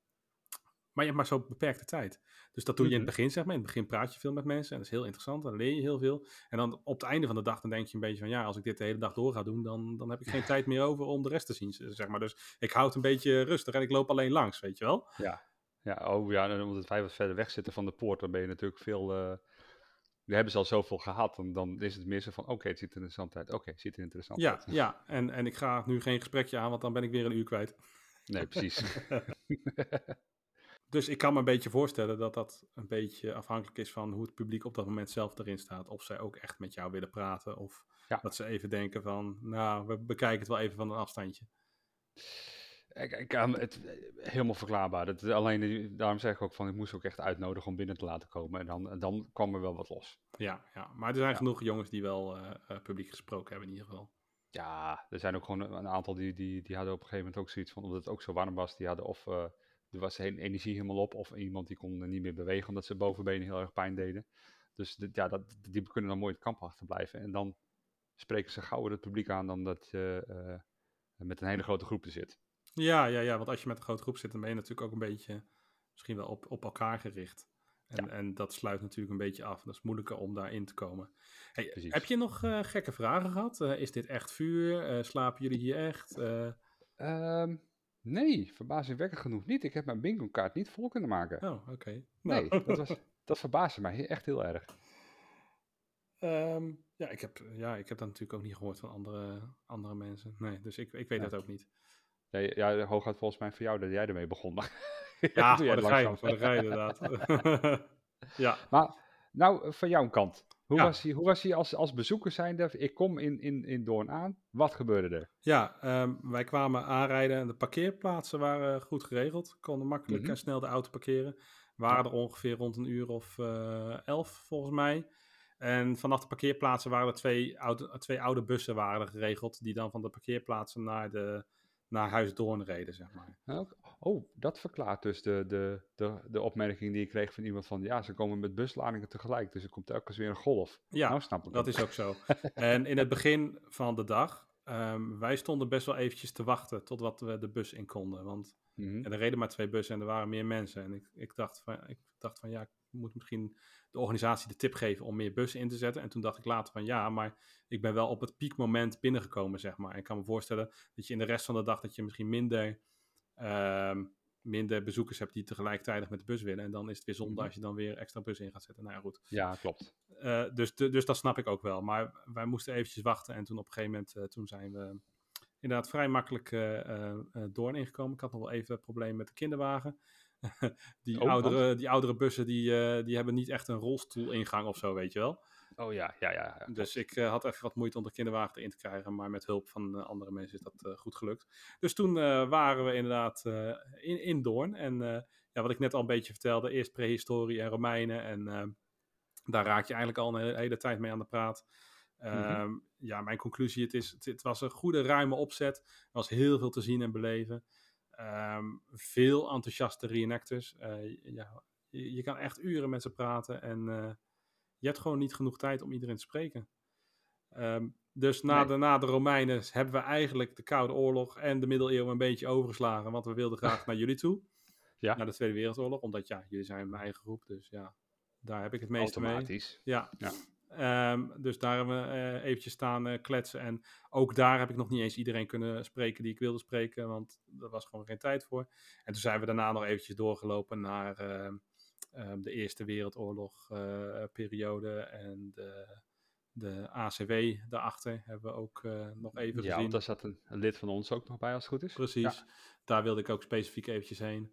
Maar je hebt maar zo beperkte tijd. Dus dat doe je mm-hmm. in het begin, zeg maar. In het begin praat je veel met mensen. En dat is heel interessant. Dan leer je heel veel. En dan op het einde van de dag, dan denk je een beetje van... ja, als ik dit de hele dag door ga doen... dan, dan heb ik geen tijd meer over om de rest te zien, zeg maar. Dus ik houd een beetje rustig en ik loop alleen langs, weet je wel? Ja, ja, oh, ja omdat wij wat verder weg zitten van de poort... dan ben je natuurlijk veel... Uh... We hebben ze al zoveel gehad. Dan, dan is het meer zo van... oké, okay, het ziet er interessant uit. Oké, okay, het ziet er interessant ja, uit. Ja, en, en ik ga nu geen gesprekje aan... want dan ben ik weer een uur kwijt. Nee, precies. Dus ik kan me een beetje voorstellen dat dat een beetje afhankelijk is van hoe het publiek op dat moment zelf erin staat. Of zij ook echt met jou willen praten. Of ja. dat ze even denken van, nou, we bekijken het wel even van een afstandje. Ik, ik, het, helemaal verklaarbaar. Dat, alleen, daarom zeg ik ook van, ik moest ook echt uitnodigen om binnen te laten komen. En dan, dan kwam er wel wat los. Ja, ja. Maar er zijn ja. genoeg jongens die wel uh, uh, publiek gesproken hebben in ieder geval. Ja, er zijn ook gewoon een aantal die, die, die hadden op een gegeven moment ook zoiets van, omdat het ook zo warm was, die hadden of... Uh, er was de energie helemaal op, of iemand die kon niet meer bewegen omdat zijn bovenbenen heel erg pijn deden. Dus de, ja, dat, die kunnen dan mooi het kamp achterblijven. En dan spreken ze gauwer het publiek aan dan dat je uh, met een hele grote groep er zit. Ja, ja, ja, want als je met een grote groep zit, dan ben je natuurlijk ook een beetje misschien wel op, op elkaar gericht. En, ja. en dat sluit natuurlijk een beetje af. Dat is moeilijker om daarin te komen. Hey, heb je nog uh, gekke vragen gehad? Uh, is dit echt vuur? Uh, slapen jullie hier echt? Uh... Um... Nee, verbazingwekkend genoeg niet. Ik heb mijn bingo-kaart niet vol kunnen maken. Oh, oké. Okay. Nou. Nee, dat, was, dat verbaasde mij echt heel erg. Um, ja, ik heb, ja, ik heb dat natuurlijk ook niet gehoord van andere, andere mensen. Nee, dus ik, ik weet ja. dat ook niet. Ja, ja, hooguit volgens mij voor jou dat jij ermee begon. Maar ja, voor de rij, voor de rij inderdaad. ja. Maar, nou, van jouw kant. Hoe, ja. was hij, hoe was hij als, als bezoeker zijnde? Ik kom in, in, in Doorn aan. Wat gebeurde er? Ja, um, wij kwamen aanrijden en de parkeerplaatsen waren goed geregeld. Konden makkelijk mm-hmm. en snel de auto parkeren. Waren ja. er ongeveer rond een uur of uh, elf volgens mij. En vanaf de parkeerplaatsen waren er twee oude, twee oude bussen waren er geregeld. Die dan van de parkeerplaatsen naar, de, naar Huis Doorn reden, zeg maar. Oh, dat verklaart dus de, de, de, de opmerking die ik kreeg van iemand van... ja, ze komen met busladingen tegelijk, dus er komt telkens weer een golf. Ja, nou, snap ik dat ook. is ook zo. En in het begin van de dag, um, wij stonden best wel eventjes te wachten totdat we de bus in konden. Want mm-hmm. er reden maar twee bussen en er waren meer mensen. En ik, ik, dacht, van, ik dacht van ja, ik moet misschien de organisatie de tip geven om meer bussen in te zetten. En toen dacht ik later van ja, maar ik ben wel op het piekmoment binnengekomen, zeg maar. En ik kan me voorstellen dat je in de rest van de dag dat je misschien minder... Um, minder bezoekers hebt die tegelijkertijd met de bus willen. En dan is het weer zonde mm-hmm. als je dan weer extra bus in gaat zetten. Nou ja, goed. Ja, klopt. Uh, dus, de, dus dat snap ik ook wel. Maar wij moesten eventjes wachten. En toen op een gegeven moment, uh, toen zijn we inderdaad vrij makkelijk uh, uh, Doorn ingekomen. Ik had nog wel even een probleem met de kinderwagen. die, Oh, oudere, die oudere bussen die, uh, die hebben niet echt een rolstoelingang of zo, weet je wel. Oh ja, ja, ja. ja dus ik uh, had even wat moeite om de kinderwagen erin te krijgen. Maar met hulp van uh, andere mensen is dat uh, goed gelukt. Dus toen uh, waren we inderdaad uh, in, in Doorn. En uh, ja, wat ik net al een beetje vertelde. Eerst prehistorie en Romeinen. En uh, daar raak je eigenlijk al een hele, hele tijd mee aan de praat. Um, mm-hmm. Ja, mijn conclusie, het, is, het, het was een goede, ruime opzet. Er was heel veel te zien en beleven. Um, veel enthousiaste reenactors. Uh, ja, je, je kan echt uren met ze praten en uh, je hebt gewoon niet genoeg tijd om iedereen te spreken. Um, dus na, nee. de, na de Romeinen hebben we eigenlijk de Koude Oorlog en de Middeleeuwen een beetje overgeslagen, want we wilden graag naar jullie toe. Ja. Naar de Tweede Wereldoorlog, omdat ja, jullie zijn mijn eigen groep, dus ja, daar heb ik het meeste mee. Automatisch. Ja. ja. Um, dus daar hebben we uh, eventjes staan uh, kletsen. En ook daar heb ik nog niet eens iedereen kunnen spreken die ik wilde spreken. Want er was gewoon geen tijd voor. En toen zijn we daarna nog eventjes doorgelopen naar uh, uh, de Eerste Wereldoorlog uh, periode. En de, de A C W daarachter hebben we ook uh, nog even ja, gezien. Ja, want daar zat een, een lid van ons ook nog bij als het goed is. Precies. Ja. Daar wilde ik ook specifiek eventjes heen.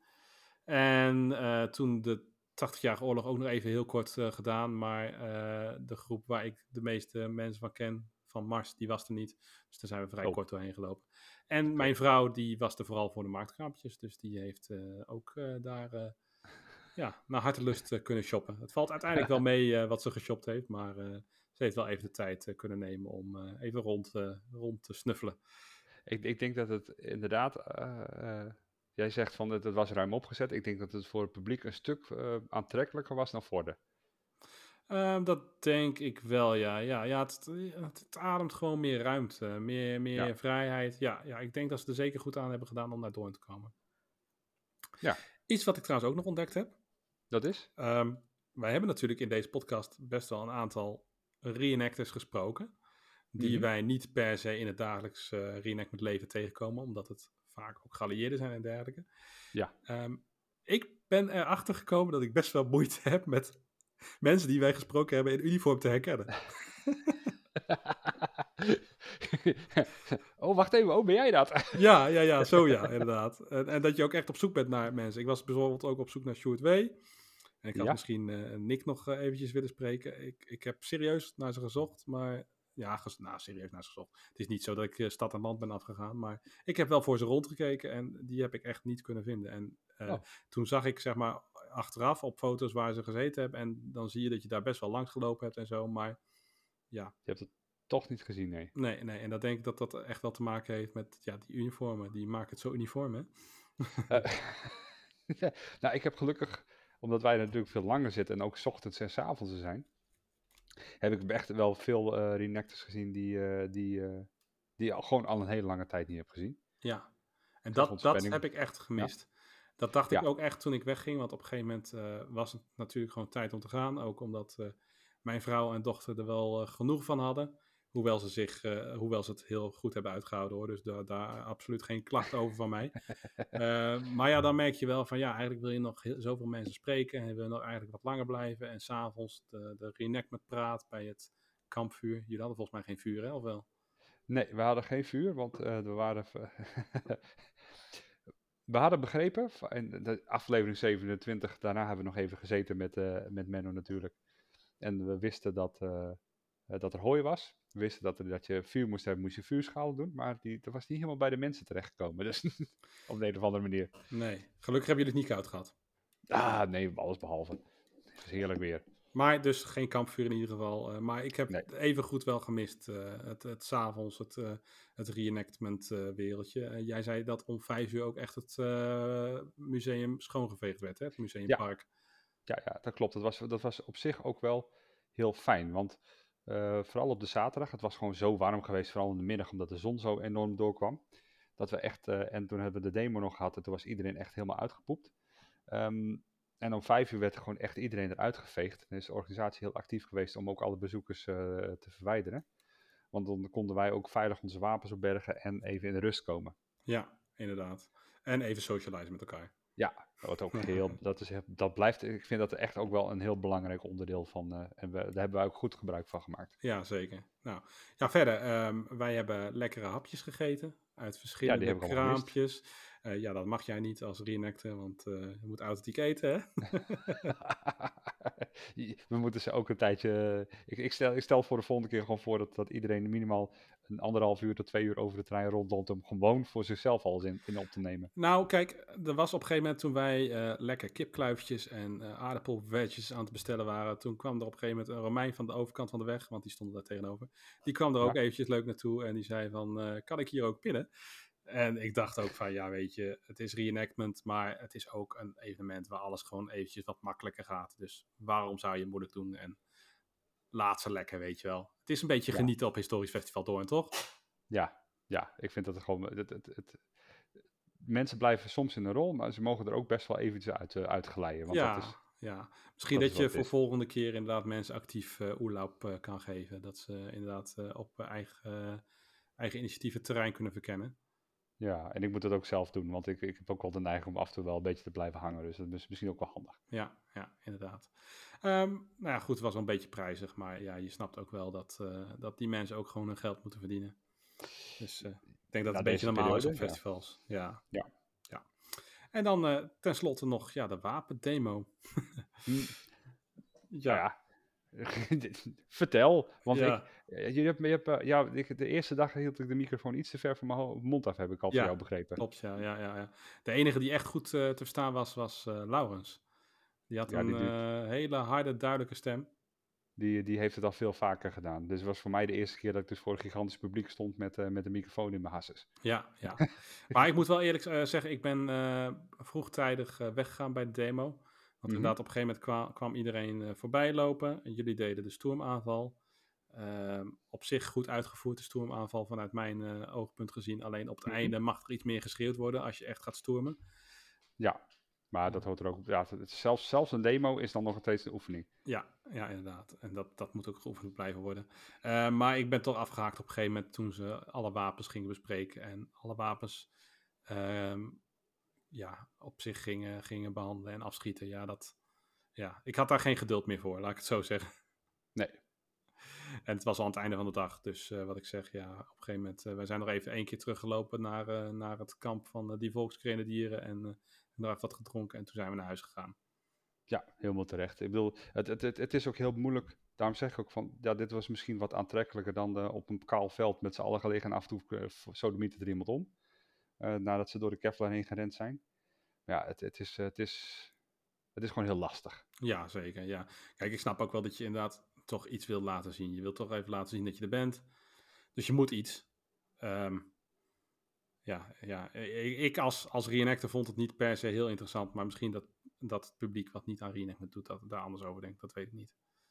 En uh, toen de tachtigjarige oorlog ook nog even heel kort uh, gedaan, maar uh, de groep waar ik de meeste mensen van ken, van Mars, die was er niet. Dus daar zijn we vrij oh. kort doorheen gelopen. En okay. mijn vrouw, die was er vooral voor de marktkraampjes, dus die heeft uh, ook uh, daar uh, ja, naar hartelust uh, kunnen shoppen. Het valt uiteindelijk wel mee uh, wat ze geshopt heeft, maar uh, ze heeft wel even de tijd uh, kunnen nemen om uh, even rond, uh, rond te snuffelen. Ik, ik denk dat het inderdaad... Uh, uh... Jij zegt van het, het was ruim opgezet. Ik denk dat het voor het publiek een stuk uh, aantrekkelijker was dan Vorden. Uh, dat denk ik wel, ja. ja, ja het, het, het ademt gewoon meer ruimte, meer, meer ja. vrijheid. Ja, ja, ik denk dat ze er zeker goed aan hebben gedaan om naar Doorn te komen. Ja. Iets wat ik trouwens ook nog ontdekt heb. Dat is? Um, wij hebben natuurlijk in deze podcast best wel een aantal reenactors gesproken. Die mm-hmm. wij niet per se in het dagelijks uh, reenactment leven tegenkomen, omdat het vaak ook geallieerden zijn en dergelijke. Ja. Um, ik ben erachter gekomen dat ik best wel moeite heb met mensen die wij gesproken hebben in uniform te herkennen. oh, wacht even. Oh, ben jij dat? ja, ja, ja, zo ja, inderdaad. En, en dat je ook echt op zoek bent naar mensen. Ik was bijvoorbeeld ook op zoek naar Sjoerd W. En ik had ja. misschien uh, Nick nog uh, eventjes willen spreken. Ik, ik heb serieus naar ze gezocht, maar... Ja, ges- nou, serieus naar ze gezocht. Het is niet zo dat ik uh, stad en land ben afgegaan, maar ik heb wel voor ze rondgekeken en die heb ik echt niet kunnen vinden. En uh, oh. toen zag ik, zeg maar, achteraf op foto's waar ze gezeten hebben en dan zie je dat je daar best wel langs gelopen hebt en zo, maar ja. Je hebt het toch niet gezien, nee. Nee, nee, en dat denk ik dat dat echt wel te maken heeft met ja, die uniformen. Die maken het zo uniform, hè? uh, nou, ik heb gelukkig, omdat wij natuurlijk veel langer zitten en ook 's ochtends en 's avonds zijn, heb ik echt wel veel uh, reenactors gezien die, uh, die, uh, die al gewoon al een hele lange tijd niet heb gezien. Ja, en dat, dat heb ik echt gemist. Ja. Dat dacht ik ja. ook echt toen ik wegging, want op een gegeven moment uh, was het natuurlijk gewoon tijd om te gaan. Ook omdat uh, mijn vrouw en dochter er wel uh, genoeg van hadden. Hoewel ze, zich, uh, hoewel ze het heel goed hebben uitgehouden hoor, dus daar, daar absoluut geen klacht over van mij. Uh, maar ja, dan merk je wel van ja, eigenlijk wil je nog heel, zoveel mensen spreken en wil nog eigenlijk wat langer blijven. En s'avonds de, de reenactment praat bij het kampvuur. Jullie hadden volgens mij geen vuur, hè, of wel? Nee, we hadden geen vuur, want uh, we waren... we hadden begrepen, in de aflevering zevenentwintig, daarna hebben we nog even gezeten met, uh, met Menno natuurlijk. En we wisten dat, uh, dat er hooi was. We wisten dat, er, dat je vuur moest hebben, moest je vuurschalen doen. Maar die, dat was niet helemaal bij de mensen terechtgekomen. Dus op de een of andere manier. Nee, gelukkig hebben jullie het niet koud gehad. Ah, nee, alles behalve. Het was heerlijk weer. Maar dus geen kampvuur in ieder geval. Uh, maar ik heb nee. even goed wel gemist. Uh, het, het 's avonds, het, uh, het reenactment uh, wereldje. Uh, jij zei dat om vijf uur ook echt het uh, museum schoongeveegd werd, hè? Het museumpark. Ja, ja, ja, dat klopt. Dat was, dat was op zich ook wel heel fijn. Want uh, vooral op de zaterdag, het was gewoon zo warm geweest, vooral in de middag, omdat de zon zo enorm doorkwam. Dat we echt, uh, en toen hebben we de demo nog gehad en toen was iedereen echt helemaal uitgepoept. Um, en om vijf uur werd gewoon echt iedereen eruit geveegd. En is de organisatie heel actief geweest om ook alle bezoekers uh, te verwijderen. Want dan konden wij ook veilig onze wapens opbergen en even in de rust komen. Ja, inderdaad. En even socializen met elkaar. Ja, wat ook heel, dat, is, dat blijft, ik vind dat echt ook wel een heel belangrijk onderdeel van, uh, en we, daar hebben wij ook goed gebruik van gemaakt. Ja, zeker. Nou, ja, verder, um, wij hebben lekkere hapjes gegeten. uit verschillende heb ik allemaal gemist. kraampjes. Uh, ja, dat mag jij niet als reenactor, want uh, je moet authentiek eten, hè? We moeten ze ook een tijdje... Ik, ik, stel, ik stel voor de volgende keer gewoon voor dat, dat iedereen minimaal een anderhalf uur tot twee uur over de trein rondloopt om gewoon voor zichzelf alles in, in op te nemen. Nou, kijk, er was op een gegeven moment toen wij uh, lekker kipkluifjes en uh, aardappelwedjes aan het bestellen waren, toen kwam er op een gegeven moment een Romein van de overkant van de weg, want die stond daar tegenover. Die kwam er ook Ja. eventjes leuk naartoe en die zei van, uh, kan ik hier ook pinnen? En ik dacht ook van, ja weet je, het is reenactment, maar het is ook een evenement waar alles gewoon eventjes wat makkelijker gaat. Dus waarom zou je moeilijk doen en laat ze lekker, weet je wel. Het is een beetje Ja. genieten op Historisch Festival Doorn, toch? Ja, ja, ik vind dat het gewoon... Het, het, het, mensen blijven soms in een rol, maar ze mogen er ook best wel eventjes uit, uh, uit glijden. Want ja, dat is, ja, misschien dat dat, is je voor is. volgende keer inderdaad mensen actief uh, oerlaub uh, kan geven. Dat ze inderdaad uh, op uh, eigen, uh, eigen initiatief het terrein kunnen verkennen. Ja, en ik moet dat ook zelf doen, want ik, ik heb ook wel de neiging om af en toe wel een beetje te blijven hangen. Dus dat is misschien ook wel handig. Ja, ja, inderdaad. Um, nou ja, goed, het was wel een beetje prijzig, maar ja, je snapt ook wel dat, uh, dat die mensen ook gewoon hun geld moeten verdienen. Dus uh, ik denk dat het een beetje normaal periode, is op festivals. Ja. Ja. ja. ja. En dan uh, tenslotte nog ja, de wapendemo. hm. Ja. ja. Vertel, want ja. ik, je hebt, je hebt, ja, de eerste dag hield ik de microfoon iets te ver van mijn mond af, heb ik al ja, van jou begrepen. Klopt, ja, ja, ja, ja. De enige die echt goed uh, te verstaan was, was uh, Laurens. Die had ja, een die, die, uh, hele harde, duidelijke stem. Die, die heeft het al veel vaker gedaan. Dus het was voor mij de eerste keer dat ik dus voor een gigantisch publiek stond met, uh, met een microfoon in mijn hasses. Ja, ja. Maar ik moet wel eerlijk uh, zeggen, ik ben uh, vroegtijdig uh, weggegaan bij de demo. Want mm-hmm. inderdaad, op een gegeven moment kwam, kwam iedereen uh, voorbij lopen. En jullie deden de stormaanval. Uh, op zich goed uitgevoerd, de stormaanval vanuit mijn uh, oogpunt gezien. Alleen op het mm-hmm. einde mag er iets meer geschreeuwd worden als je echt gaat stormen. Ja. Maar dat hoort er ook... Ja, het, zelfs, zelfs een demo is dan nog steeds een oefening. Ja, ja inderdaad. En dat, dat moet ook geoefend blijven worden. Uh, maar ik ben toch afgehaakt op een gegeven moment toen ze alle wapens gingen bespreken. En alle wapens uh, ja, op zich gingen, gingen behandelen en afschieten. Ja, dat, ja, ik had daar geen geduld meer voor, laat ik het zo zeggen. Nee. En het was al aan het einde van de dag. Dus uh, wat ik zeg, ja, op een gegeven moment... Uh, wij zijn nog even één keer teruggelopen naar, uh, naar het kamp van uh, die volksgrenadieren. En... Uh, En daar heeft wat gedronken en toen zijn we naar huis gegaan. Ja, helemaal terecht. Ik bedoel, het, het, het, het is ook heel moeilijk. Daarom zeg ik ook van, ja, dit was misschien wat aantrekkelijker dan de, op een kaal veld met z'n allen gelegen en af en toe uh, sodemieten er iemand om. Uh, nadat ze door de Kevlar heen gerend zijn. Ja, het, het, is, uh, het, is, het is gewoon heel lastig. Ja, zeker. Ja. Kijk, ik snap ook wel dat je inderdaad toch iets wilt laten zien. Je wilt toch even laten zien dat je er bent. Dus je moet iets. Um, Ja, ja, ik als, als reenactor vond het niet per se heel interessant, maar misschien dat, dat het publiek wat niet aan reenactment doet, dat het daar anders over denkt, dat weet ik niet.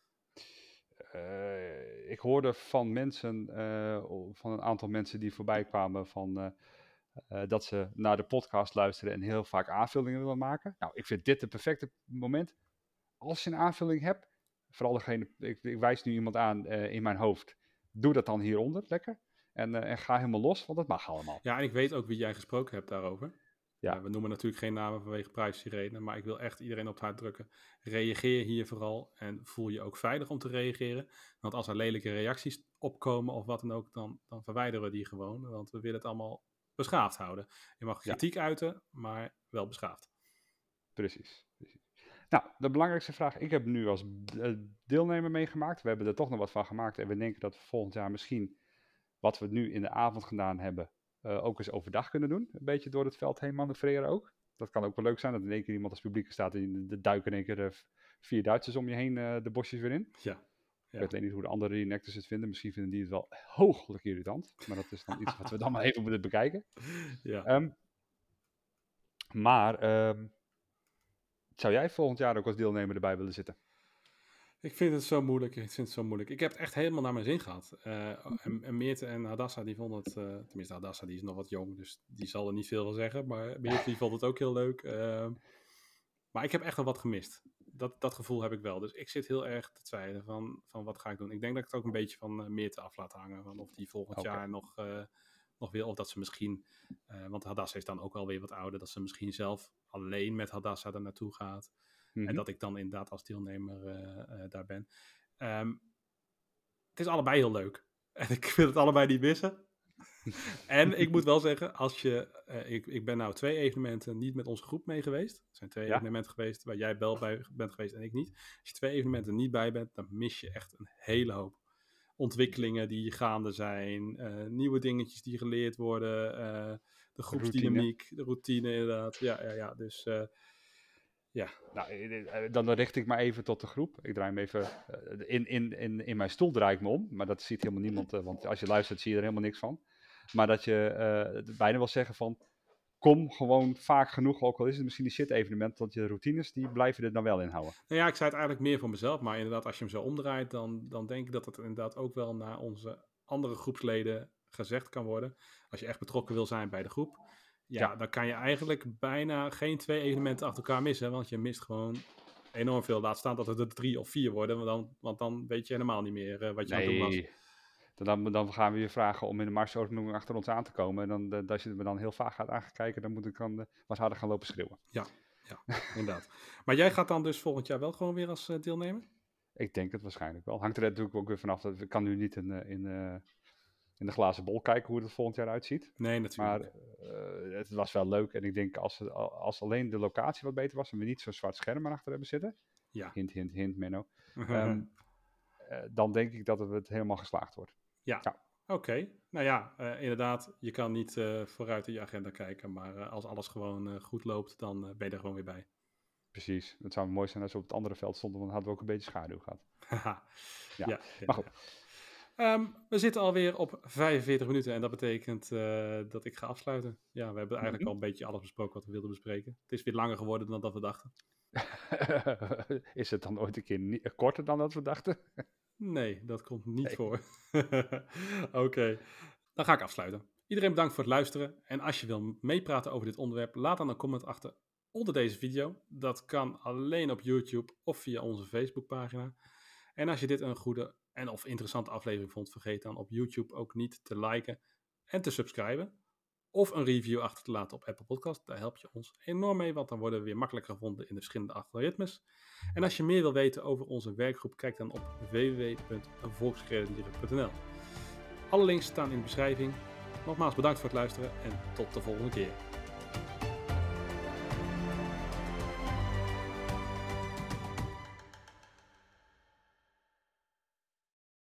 Uh, ik hoorde van mensen, uh, van een aantal mensen die voorbij kwamen, van, uh, uh, dat ze naar de podcast luisteren en heel vaak aanvullingen willen maken. Nou, ik vind dit het perfecte moment. Als je een aanvulling hebt, vooral degene, ik, ik wijs nu iemand aan uh, in mijn hoofd, doe dat dan hieronder, lekker. En, uh, en ga helemaal los, want dat mag allemaal. Ja, en ik weet ook wie jij gesproken hebt daarover. Ja. Uh, we noemen natuurlijk geen namen vanwege privacyredenen, maar ik wil echt iedereen op het hart drukken. Reageer hier vooral en voel je ook veilig om te reageren. Want als er lelijke reacties opkomen of wat dan ook, dan, dan verwijderen we die gewoon. Want we willen het allemaal beschaafd houden. Je mag kritiek ja. uiten, maar wel beschaafd. Precies, precies. Nou, de belangrijkste vraag. Ik heb nu als deelnemer meegemaakt. We hebben er toch nog wat van gemaakt. En we denken dat we volgend jaar misschien... wat we nu in de avond gedaan hebben, uh, ook eens overdag kunnen doen. Een beetje door het veld heen manoeuvreren ook. Dat kan ook wel leuk zijn, dat in één keer iemand als publiek staat en de duiken in één keer uh, vier Duitsers om je heen uh, de bosjes weer in. Ja. Ja. Ik weet alleen niet hoe de andere reenactors het vinden. Misschien vinden die het wel hooglijk irritant. Maar dat is dan iets wat we dan maar even moeten bekijken. Ja. Um, maar, um, zou jij volgend jaar ook als deelnemer erbij willen zitten? Ik vind het zo moeilijk. Ik vind het zo moeilijk. Ik heb het echt helemaal naar mijn zin gehad. Uh, en, en Meerte en Hadassa, die vonden het... Uh, tenminste, Hadassa, die is nog wat jong, dus die zal er niet veel van zeggen. Maar Meerte, die vond het ook heel leuk. Uh, maar ik heb echt wel wat gemist. Dat, dat gevoel heb ik wel. Dus ik zit heel erg te twijfelen van, van wat ga ik doen. Ik denk dat ik het ook een beetje van uh, Meerte af laat hangen. Van of die volgend okay. jaar nog, uh, nog wil. Of dat ze misschien... Uh, want Hadassa is dan ook alweer wat ouder. Dat ze misschien zelf alleen met Hadassa er naartoe gaat. Mm-hmm. En dat ik dan inderdaad als deelnemer uh, uh, daar ben. Um, het is allebei heel leuk. En ik wil het allebei niet missen. En ik moet wel zeggen, als je, uh, ik, ik ben nou twee evenementen niet met onze groep mee geweest. Er zijn twee Ja? evenementen geweest waar jij wel bij bent geweest en ik niet. Als je twee evenementen niet bij bent, dan mis je echt een hele hoop. Ontwikkelingen die gaande zijn, uh, nieuwe dingetjes die geleerd worden, uh, de groepsdynamiek, routine. de routine inderdaad. Ja, ja, ja. Dus uh, ja. Nou, dan richt ik me even tot de groep. Ik draai me even, uh, in, in, in, in mijn stoel draai ik me om, maar dat ziet helemaal niemand, uh, want als je luistert zie je er helemaal niks van. Maar dat je uh, bijna wil zeggen van, kom gewoon vaak genoeg, ook al is het misschien een shit evenement, dat je routines, die blijven er dan wel in houden. Nou ja, ik zei het eigenlijk meer voor mezelf, maar inderdaad als je hem zo omdraait, dan, dan denk ik dat het inderdaad ook wel naar onze andere groepsleden gezegd kan worden. Als je echt betrokken wil zijn bij de groep, ja, ja. dan kan je eigenlijk bijna geen twee evenementen achter elkaar missen, want je mist gewoon enorm veel. Laat staan dat het er drie of vier worden, want dan, want dan weet je helemaal niet meer uh, wat je nee. aan het doen was. Dan, dan gaan we je vragen om in de marktopening achter ons aan te komen. En dan, als je me dan heel vaag gaat aankijken, dan moet ik dan uh, wat harder gaan lopen schreeuwen. Ja, ja inderdaad. Maar jij gaat dan dus volgend jaar wel gewoon weer als uh, deelnemer? Ik denk het waarschijnlijk wel. Hangt er natuurlijk ook weer vanaf. Dat ik kan nu niet in, in, uh, in de glazen bol kijken hoe het volgend jaar uitziet. Nee, natuurlijk. Maar uh, het was wel leuk. En ik denk als, als alleen de locatie wat beter was en we niet zo'n zwart scherm erachter hebben zitten. Ja. Hint, hint, hint, Menno. um, uh, dan denk ik dat het helemaal geslaagd wordt. Ja, ja. Oké. Okay. Nou ja, uh, inderdaad, je kan niet uh, vooruit in je agenda kijken, maar uh, als alles gewoon uh, goed loopt, dan uh, ben je er gewoon weer bij. Precies. Het zou mooi zijn als we op het andere veld stonden, want dan hadden we ook een beetje schaduw gehad. ja. ja. ja, maar goed. Ja. Um, we zitten alweer op vijfenveertig minuten en dat betekent uh, dat ik ga afsluiten. Ja, we hebben eigenlijk mm-hmm. al een beetje alles besproken wat we wilden bespreken. Het is weer langer geworden dan dat we dachten. Is het dan ooit een keer niet, korter dan dat we dachten? Nee, dat komt niet nee. voor. Oké, okay. Dan ga ik afsluiten. Iedereen bedankt voor het luisteren. En als je wil meepraten over dit onderwerp, laat dan een comment achter onder deze video. Dat kan alleen op YouTube of via onze Facebookpagina. En als je dit een goede en of interessante aflevering vond, vergeet dan op YouTube ook niet te liken en te subscriben. Of een review achter te laten op Apple Podcast. Daar help je ons enorm mee, want dan worden we weer makkelijker gevonden in de verschillende algoritmes. En als je meer wil weten over onze werkgroep, kijk dan op w w w punt volkskredietdieren punt n l. Alle links staan in de beschrijving. Nogmaals bedankt voor het luisteren en tot de volgende keer.